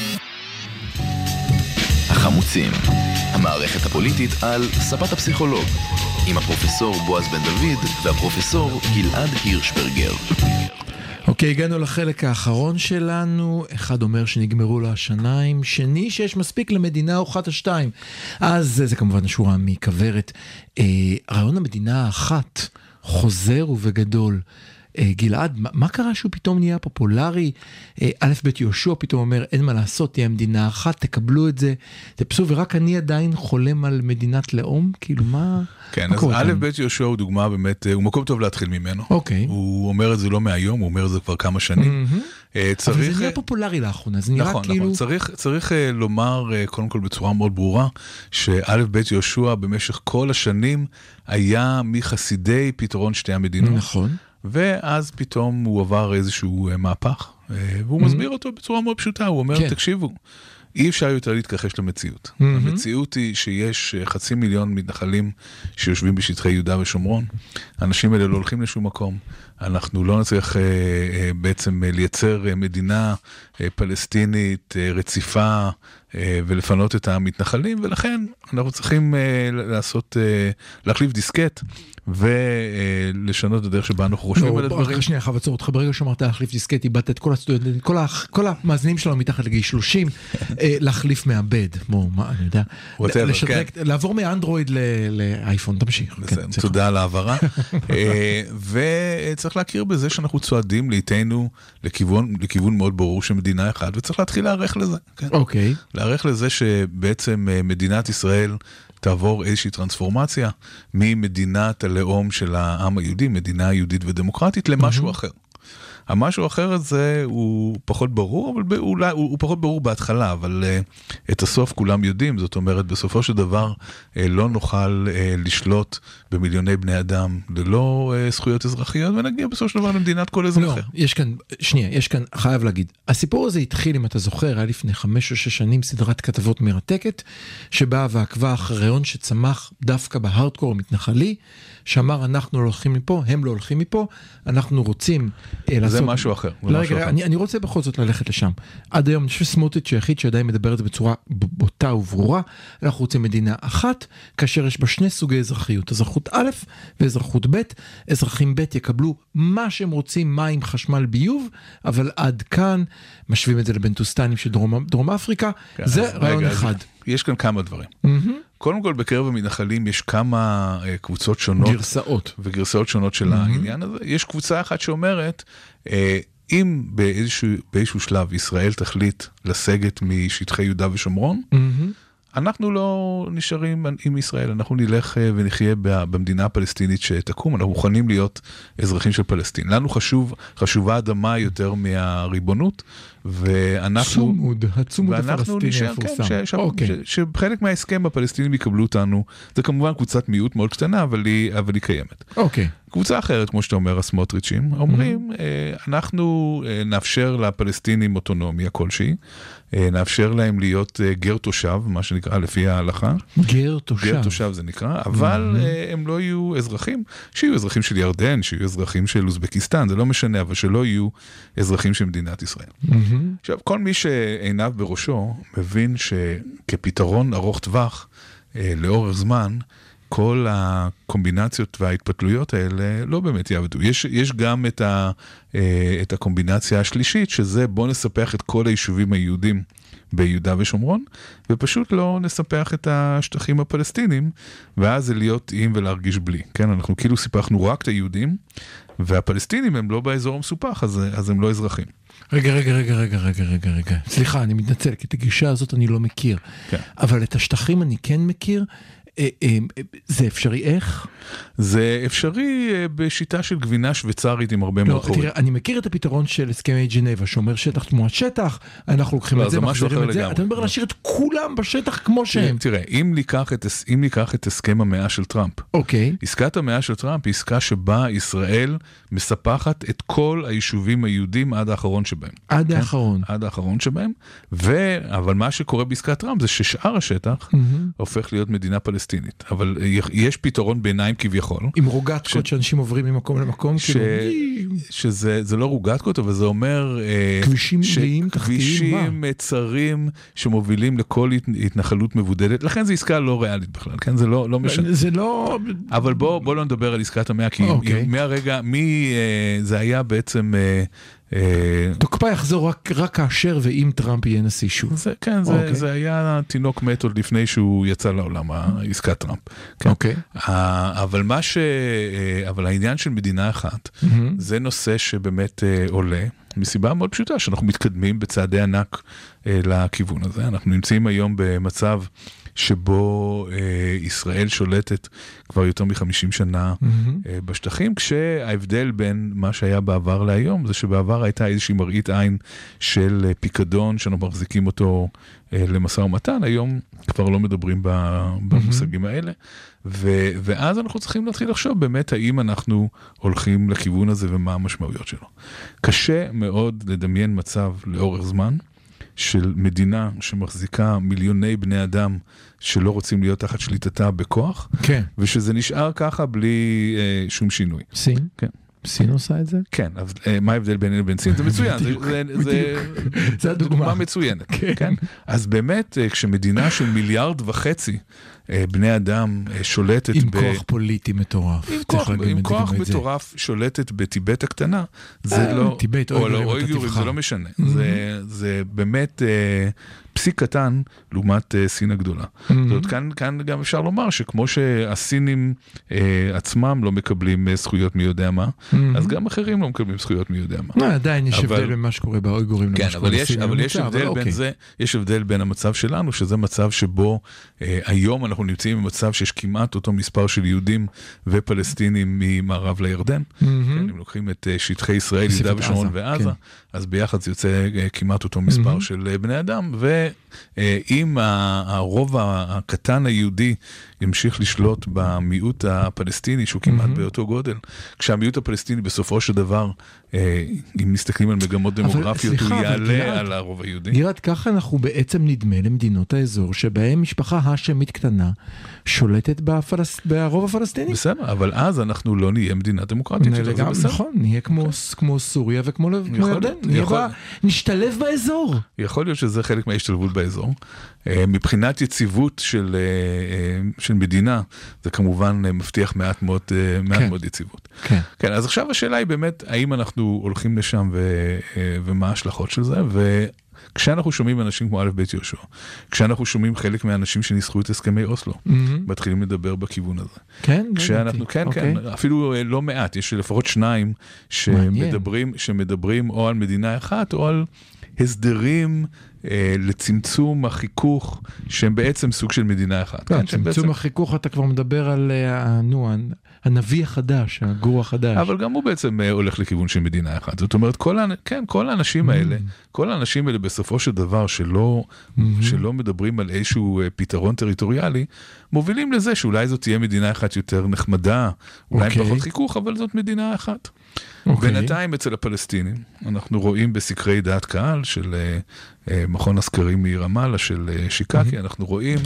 החמוצים, המערכת הפוליטית על ספת הפסיכולוג, עם הפרופסור בועז בן דוד והפרופסור גלעד הירשברגר. אוקיי, הגענו לחלק האחרון שלנו. אחד אומר שנגמרו לו השניים, שני שיש מספיק למדינה או אחת השתיים. אז זה, זה כמובן השורה מכוורת. אה, רעיון המדינה האחת חוזר ובגדול. אה, גלעד, מה, מה קרה שהוא פתאום נהיה פופולרי? אה, א' ב' יהושע פתאום אומר, אין מה לעשות, תהיה מדינה אחת, תקבלו את זה, תפסו, ורק אני עדיין חולם על מדינת לאום, כאילו מה... כן, אז א' ב' יהושע הוא דוגמה באמת, הוא מקום טוב להתחיל ממנו. אוקיי. הוא אומר את זה לא מהיום, הוא אומר את זה כבר כמה שנים. אבל זה נהיה פופולרי לאחרונה, זה נראה כאילו... נכון, צריך, צריך לומר קודם כל בצורה מאוד ברורה, שא' ב' יהושע במשך כל השנים היה מחסידי פתרון שתי המדינות. נכון. ואז פתאום הוא עבר איזשהו מהפך, והוא מסביר אותו בצורה מאוד פשוטה, הוא אומר, תקשיבו, אי אפשר יותר להתכחש למציאות. המציאות היא שיש חצי מיליון מתנחלים שיושבים בשטחי יהודה ושומרון. האנשים האלה לא הולכים לשום מקום. אנחנו לא נצליח בעצם לייצר מדינה פלסטינית רציפה ולפנות את המתנחלים, ולכן אנחנו צריכים לעשות, להחליף דיסקט ולשנות את הדרך שבה אנחנו חושבים על הדברים. רק שנייה, חבצור אותך, ברגע שאמרת להחליף דיסקט, איבדת את כל הסטודנטים, כל המאזינים שלנו מתחת לגיל שלושים, להחליף מעבד, כמו, מה, אני יודע, לעבור מאנדרואיד לאייפון, תמשיך. תודה על העברה. וצריך להכיר בזה שאנחנו צועדים לאיתנו לכיוון מאוד ברור של מדינה אחת, וצריך להתחיל להערך לזה. אוקיי. להערך לזה שבעצם מדינת ישראל תעבור איזושהי טרנספורמציה ממדינת הלאום של העם היהודי, מדינה יהודית ודמוקרטית, למשהו אחר. המשהו האחר הזה הוא פחות ברור, אבל אולי, הוא, הוא פחות ברור בהתחלה, אבל uh, את הסוף כולם יודעים, זאת אומרת, בסופו של דבר uh, לא נוכל uh, לשלוט במיליוני בני אדם ללא uh, זכויות אזרחיות, ונגיע בסופו של דבר למדינת כל אזרחר. לא, יש כאן, שנייה, יש כאן, חייב להגיד, הסיפור הזה התחיל, אם אתה זוכר, היה לפני חמש או שש שנים סדרת כתבות מרתקת, שבאה ועקבה אחרי רעיון שצמח דווקא בהארדקור המתנחלי, שאמר, אנחנו לא הולכים מפה, הם לא הולכים מפה, אנחנו רוצים אה, לעשות... זה משהו אחר. לא, רגע, אני, אני רוצה בכל זאת ללכת לשם. עד היום, אני חושב סמוטריץ' היחיד שעדיין מדבר את זה בצורה בוטה וברורה, אנחנו רוצים מדינה אחת, כאשר יש בה שני סוגי אזרחיות, אזרחות א' ואזרחות ב', אזרחים ב' יקבלו מה שהם רוצים, מים, חשמל, ביוב, אבל עד כאן, משווים את זה לבנטוסטנים של דרום, דרום אפריקה, כן, זה רעיון רגע, אחד. יש כאן כמה דברים. Mm-hmm. קודם כל, בקרב המתנחלים יש כמה uh, קבוצות שונות. גרסאות. וגרסאות שונות של mm-hmm. העניין הזה. יש קבוצה אחת שאומרת, uh, אם באיזשהו, באיזשהו שלב ישראל תחליט לסגת משטחי יהודה ושומרון, mm-hmm. אנחנו לא נשארים עם ישראל, אנחנו נלך ונחיה במדינה הפלסטינית שתקום, אנחנו מוכנים להיות אזרחים של פלסטין. לנו חשוב, חשובה אדמה יותר מהריבונות, ואנחנו... צומוד, הצומוד הפלסטיני נשאר, המפורסם. כן, ש, אוקיי. ש, שחלק מההסכם הפלסטינים יקבלו אותנו, זה כמובן קבוצת מיעוט מאוד קטנה, אבל היא, אבל היא קיימת. אוקיי. קבוצה אחרת, כמו שאתה אומר, הסמוטריצ'ים, אומרים, אנחנו נאפשר לפלסטינים אוטונומיה כלשהי, נאפשר להם להיות גר תושב, מה שנקרא לפי ההלכה. גר תושב. גר תושב זה נקרא, אבל הם לא יהיו אזרחים, שיהיו אזרחים של ירדן, שיהיו אזרחים של אוזבקיסטן, זה לא משנה, אבל שלא יהיו אזרחים של מדינת ישראל. עכשיו, כל מי שעיניו בראשו מבין שכפתרון ארוך טווח, לאורך זמן, כל הקומבינציות וההתפתלויות האלה לא באמת יעבדו. יש, יש גם את, ה, את הקומבינציה השלישית, שזה בוא נספח את כל היישובים היהודים ביהודה ושומרון, ופשוט לא נספח את השטחים הפלסטינים, ואז זה להיות עם ולהרגיש בלי. כן, אנחנו כאילו סיפחנו רק את היהודים, והפלסטינים הם לא באזור המסופח, אז, אז הם לא אזרחים. רגע, רגע, רגע, רגע, רגע, רגע, רגע. סליחה, אני מתנצל, כי את הגישה הזאת אני לא מכיר. כן. אבל את השטחים אני כן מכיר. זה אפשרי איך? זה אפשרי בשיטה של גבינה שוויצרית עם הרבה מאוד חורים. תראה, אני מכיר את הפתרון של הסכמי ג'נבה, שאומר שטח תמורת שטח, אנחנו לוקחים את זה, מחזירים את זה, אתה אומר להשאיר את כולם בשטח כמו שהם. תראה, אם ניקח את הסכם המאה של טראמפ, עסקת המאה של טראמפ היא עסקה שבה ישראל מספחת את כל היישובים היהודים עד האחרון שבהם. עד האחרון. עד האחרון שבהם, אבל מה שקורה בעסקת טראמפ זה ששאר השטח הופך להיות מדינה פלסטינית. אבל יש פתרון ביניים כביכול. עם רוגטקות שאנשים עוברים ממקום למקום. שזה לא רוגטקות, אבל זה אומר... כבישים מלאים, תחתיים, כבישים צרים שמובילים לכל התנחלות מבודדת. לכן זו עסקה לא ריאלית בכלל, כן? זה לא משנה. זה לא... אבל בוא לא נדבר על עסקת המאה, כי מהרגע, מי זה היה בעצם... תוקפה יחזור רק כאשר ואם טראמפ יהיה נשיא שוב. כן, זה היה תינוק מת עוד לפני שהוא יצא לעולם, עסקת טראמפ. אוקיי. אבל מה ש... אבל העניין של מדינה אחת, זה נושא שבאמת עולה, מסיבה מאוד פשוטה, שאנחנו מתקדמים בצעדי ענק לכיוון הזה. אנחנו נמצאים היום במצב שבו אה, ישראל שולטת כבר יותר מ-חמישים שנה mm-hmm. אה, בשטחים, כשההבדל בין מה שהיה בעבר להיום, זה שבעבר הייתה איזושהי מראית עין של אה, פיקדון, שאנחנו מחזיקים אותו אה, למשא ומתן, היום כבר לא מדברים במושגים mm-hmm. האלה, ו- ואז אנחנו צריכים להתחיל לחשוב באמת האם אנחנו הולכים לכיוון הזה ומה המשמעויות שלו. קשה מאוד לדמיין מצב לאורך זמן, של מדינה שמחזיקה מיליוני בני אדם שלא רוצים להיות תחת שליטתה בכוח, כן. ושזה נשאר ככה בלי אה, שום שינוי. סין? כן. סין עושה את זה? כן, אבל אה, מה ההבדל בינינו לבין סין? זה מצוין, זה, זה, זה, זה דוגמה מצוינת. כן. כן? אז באמת, אה, כשמדינה של מיליארד וחצי אה, בני אדם אה, שולטת עם ב... כוח פוליטי מטורף. עם כוח, עם כוח מטורף זה. שולטת בטיבט הקטנה, זה אה, לא... טיבט, או לא, אויגורים, זה לא משנה. Mm-hmm. זה, זה באמת... אה, פסיק קטן לעומת uh, סין הגדולה. Mm-hmm. זאת כאן, כאן גם אפשר לומר שכמו שהסינים uh, עצמם לא מקבלים uh, זכויות מי יודע מה, mm-hmm. אז גם אחרים לא מקבלים זכויות מי יודע מה. לא, עדיין יש אבל... הבדל בין מה שקורה באויגורים כן, למה שקורה בסינים. אבל יש הבדל אבל בין אוקיי. זה, יש הבדל בין המצב שלנו, שזה מצב שבו uh, היום אנחנו נמצאים במצב שיש כמעט אותו מספר של יהודים ופלסטינים ממערב לירדן. Mm-hmm. כן, אם לוקחים את uh, שטחי ישראל, יהודה ושומרון ועזה, כן. אז ביחד זה יוצא uh, כמעט אותו מספר mm-hmm. של uh, בני אדם, ו אם הרוב הקטן היהודי ימשיך לשלוט במיעוט הפלסטיני, שהוא כמעט באותו גודל, כשהמיעוט הפלסטיני בסופו של דבר, אם מסתכלים על מגמות דמוגרפיות, הוא יעלה על הרוב היהודי. גלעד, ככה אנחנו בעצם נדמה למדינות האזור, שבהם משפחה השמית קטנה שולטת ברוב הפלסטיני. בסדר, אבל אז אנחנו לא נהיה מדינה דמוקרטית. נכון, נהיה כמו סוריה וכמו ירדן. נשתלב באזור. יכול להיות שזה חלק מההשתלבות באזור. מבחינת יציבות של, של מדינה, זה כמובן מבטיח מעט מאוד, מעט כן. מאוד יציבות. כן. כן, אז עכשיו השאלה היא באמת, האם אנחנו הולכים לשם ו, ומה ההשלכות של זה, וכשאנחנו שומעים אנשים כמו א' ב' יהושע, כשאנחנו שומעים חלק מהאנשים שניסחו את הסכמי אוסלו, mm-hmm. מתחילים לדבר בכיוון הזה. כן? כשאנחנו, כן, okay. כן, אפילו לא מעט, יש לפחות שניים שמדברים, שמדברים או על מדינה אחת, או על הסדרים לצמצום החיכוך, שהם בעצם סוג של מדינה אחת. כן, צמצום החיכוך, אתה כבר מדבר על נו, הנביא החדש, הגור החדש. אבל גם הוא בעצם הולך לכיוון של מדינה אחת. זאת אומרת, כל, כן, כל האנשים האלה, כל האנשים האלה בסופו של דבר שלא, שלא מדברים על איזשהו פתרון טריטוריאלי, מובילים לזה שאולי זאת תהיה מדינה אחת יותר נחמדה, אולי okay. פחות חיכוך, אבל זאת מדינה אחת. Okay. בינתיים אצל הפלסטינים, אנחנו רואים בסקרי דעת קהל של uh, מכון הסקרים מרמאללה של uh, שיקקי, mm-hmm. אנחנו רואים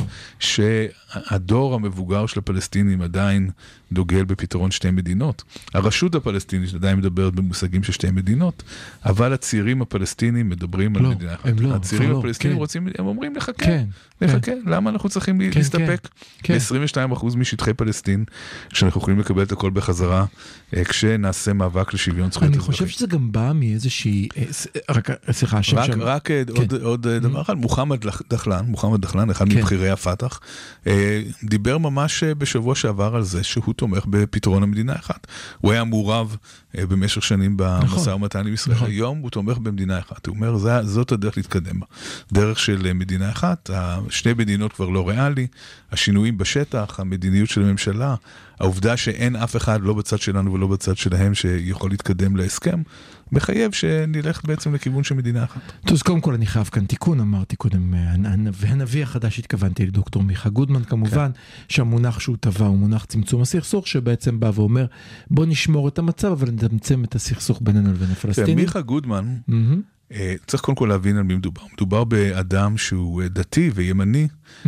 שהדור המבוגר של הפלסטינים עדיין דוגל בפתרון שתי מדינות. הרשות הפלסטינית עדיין מדברת במושגים של שתי מדינות, אבל הצעירים הפלסטינים מדברים על לא, מדינה אחת. לא, הצעירים הפלסטינים כן. רוצים, הם אומרים לחכה, כן, לחכה. כן. למה אנחנו צריכים כן, להסתפק? כן. ב-עשרים ושניים אחוז משטחי פלסטין, כשאנחנו יכולים לקבל את הכל בחזרה, כשנעשה מאבק לשוויון זכויות. אני חושב שזה גם בא מאיזושהי, רק, סליחה, השם רק, שם. רק עוד, עוד דבר אחד, מוחמד דחלן, מוחמד דחלן, אחד מבחירי הפתח, דיבר ממש בשבוע שעבר על זה שהוא תומך בפתרון המדינה אחת. הוא היה מעורב במשך שנים במשא ומתן עם ישראל. היום הוא תומך במדינה אחת. הוא אומר, זאת הדרך להתקדם בה. דרך של מדינה אחת, שני מדינות כבר לא ריאלי, השינויים בשטח, המדיניות של הממשלה, העובדה שאין אף אחד, לא בצד שלנו ולא בצד שלהם, שיכול להתקדם להסכם, מחייב שנלך בעצם לכיוון של מדינה אחת. טוב, אז קודם כל אני חייב כאן תיקון, אמרתי קודם, והנביא החדש התכוונתי לדוקטור מיכה גודמן, כמובן, שהמונח שהוא טבע הוא מונח צמצום הסכסוך, שבעצם בא ואומר, בוא נשמור את המצב, אבל נצמצם את הסכסוך בינינו לבין הפלסטינים. מיכה גודמן, צריך קודם כל להבין על מי מדובר. מדובר באדם שהוא דתי וימני,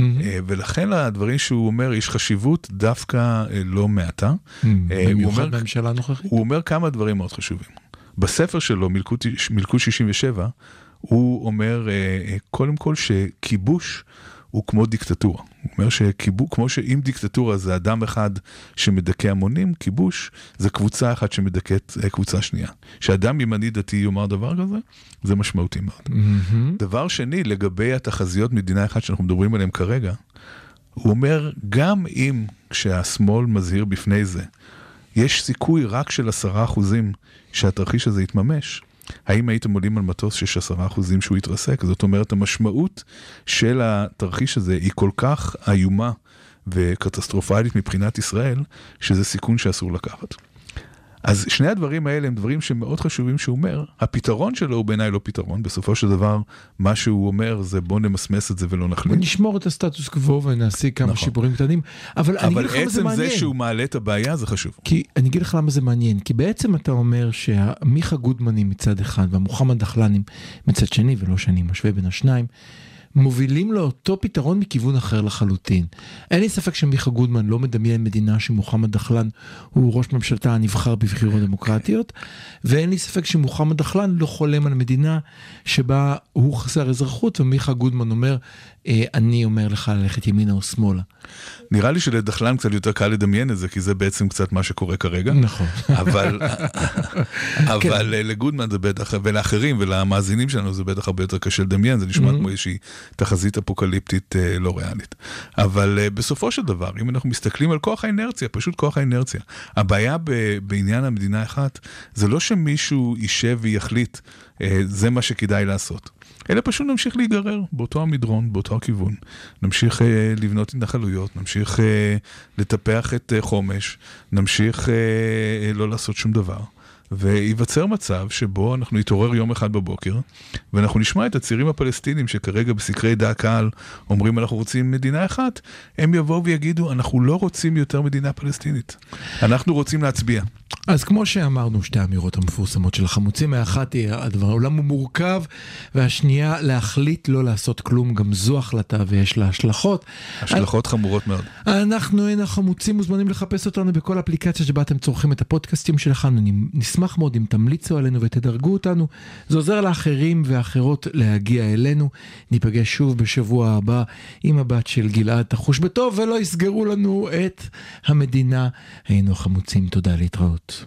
ולכן הדברים שהוא אומר, יש חשיבות דווקא לא מעטה. במיוחד בממשלה הנוכחית. הוא אומר כמה דברים מאוד חשובים. בספר שלו, מלכוד שישים ושבע, הוא אומר קודם כל שכיבוש הוא כמו דיקטטורה. הוא אומר שכיבוש, כמו שאם דיקטטורה זה אדם אחד שמדכא המונים, כיבוש זה קבוצה אחת שמדכאת קבוצה שנייה. שאדם ימני דתי יאמר דבר כזה, זה משמעותי מאוד. Mm-hmm. דבר שני, לגבי התחזיות מדינה אחת שאנחנו מדברים עליהם כרגע, הוא אומר, גם אם כשהשמאל מזהיר בפני זה, יש סיכוי רק של עשרה אחוזים שהתרחיש הזה יתממש, האם הייתם עולים על מטוס שיש עשרה אחוזים שהוא יתרסק? זאת אומרת, המשמעות של התרחיש הזה היא כל כך איומה וקטסטרופלית מבחינת ישראל, שזה סיכון שאסור לקחת. אז שני הדברים האלה הם דברים שמאוד חשובים שהוא אומר, הפתרון שלו הוא בעיניי לא פתרון, בסופו של דבר מה שהוא אומר זה בוא נמסמס את זה ולא נחליט. ונשמור את הסטטוס קוו ונעשי כמה נכון. שיפורים קטנים, אבל, אבל אני אגיד לך למה זה מעניין. אבל עצם זה שהוא מעלה את הבעיה זה חשוב. כי אני אגיד לך למה זה מעניין, כי בעצם אתה אומר שהמיכה גודמנים מצד אחד והמוחמד דחלנים מצד שני, ולא שאני משווה בין השניים, מובילים לאותו פתרון מכיוון אחר לחלוטין. אין לי ספק שמיכה גודמן לא מדמיין מדינה שמוחמד דחלן הוא ראש ממשלתה הנבחר בבחירות דמוקרטיות, ואין לי ספק שמוחמד דחלן לא חולם על מדינה שבה הוא חסר אזרחות, ומיכה גודמן אומר, אני אומר לך ללכת ימינה או שמאלה. נראה לי שלדחלן קצת יותר קל לדמיין את זה, כי זה בעצם קצת מה שקורה כרגע. נכון. אבל, אבל לגודמן זה בטח, ולאחרים ולמאזינים שלנו זה בטח הרבה יותר קשה לדמיין, זה נשמע כמו איזושהי תחזית אפוקליפטית לא ריאלית. אבל בסופו של דבר, אם אנחנו מסתכלים על כוח האינרציה, פשוט כוח האינרציה, הבעיה בעניין המדינה אחת, זה לא שמישהו יישב ויחליט, זה מה שכדאי לעשות. אלא פשוט נמשיך להיגרר באותו המדרון, באותו הכיוון. נמשיך אה, לבנות התנחלויות, נמשיך אה, לטפח את אה, חומש, נמשיך אה, לא לעשות שום דבר. ויווצר מצב שבו אנחנו נתעורר יום אחד בבוקר, ואנחנו נשמע את הצעירים הפלסטינים שכרגע בסקרי דעת קהל אומרים אנחנו רוצים מדינה אחת, הם יבואו ויגידו אנחנו לא רוצים יותר מדינה פלסטינית. אנחנו רוצים להצביע. אז כמו שאמרנו, שתי האמירות המפורסמות של החמוצים, האחת היא, הדבר, העולם הוא מורכב, והשנייה, להחליט לא לעשות כלום, גם זו החלטה ויש לה השלכות. השלכות חמורות מאוד. אנחנו אין החמוצים, מוזמנים לחפש אותנו בכל אפליקציה שבה אתם צורכים את הפודקאסטים שלנו, נשמח מאוד אם תמליצו עלינו ותדרגו אותנו, זה עוזר לאחרים ואחרות להגיע אלינו, ניפגש שוב בשבוע הבא עם הבת של גלעד, תחוש בטוב ולא יסגרו לנו את המדינה. היינו חמוצים, תודה להתראות.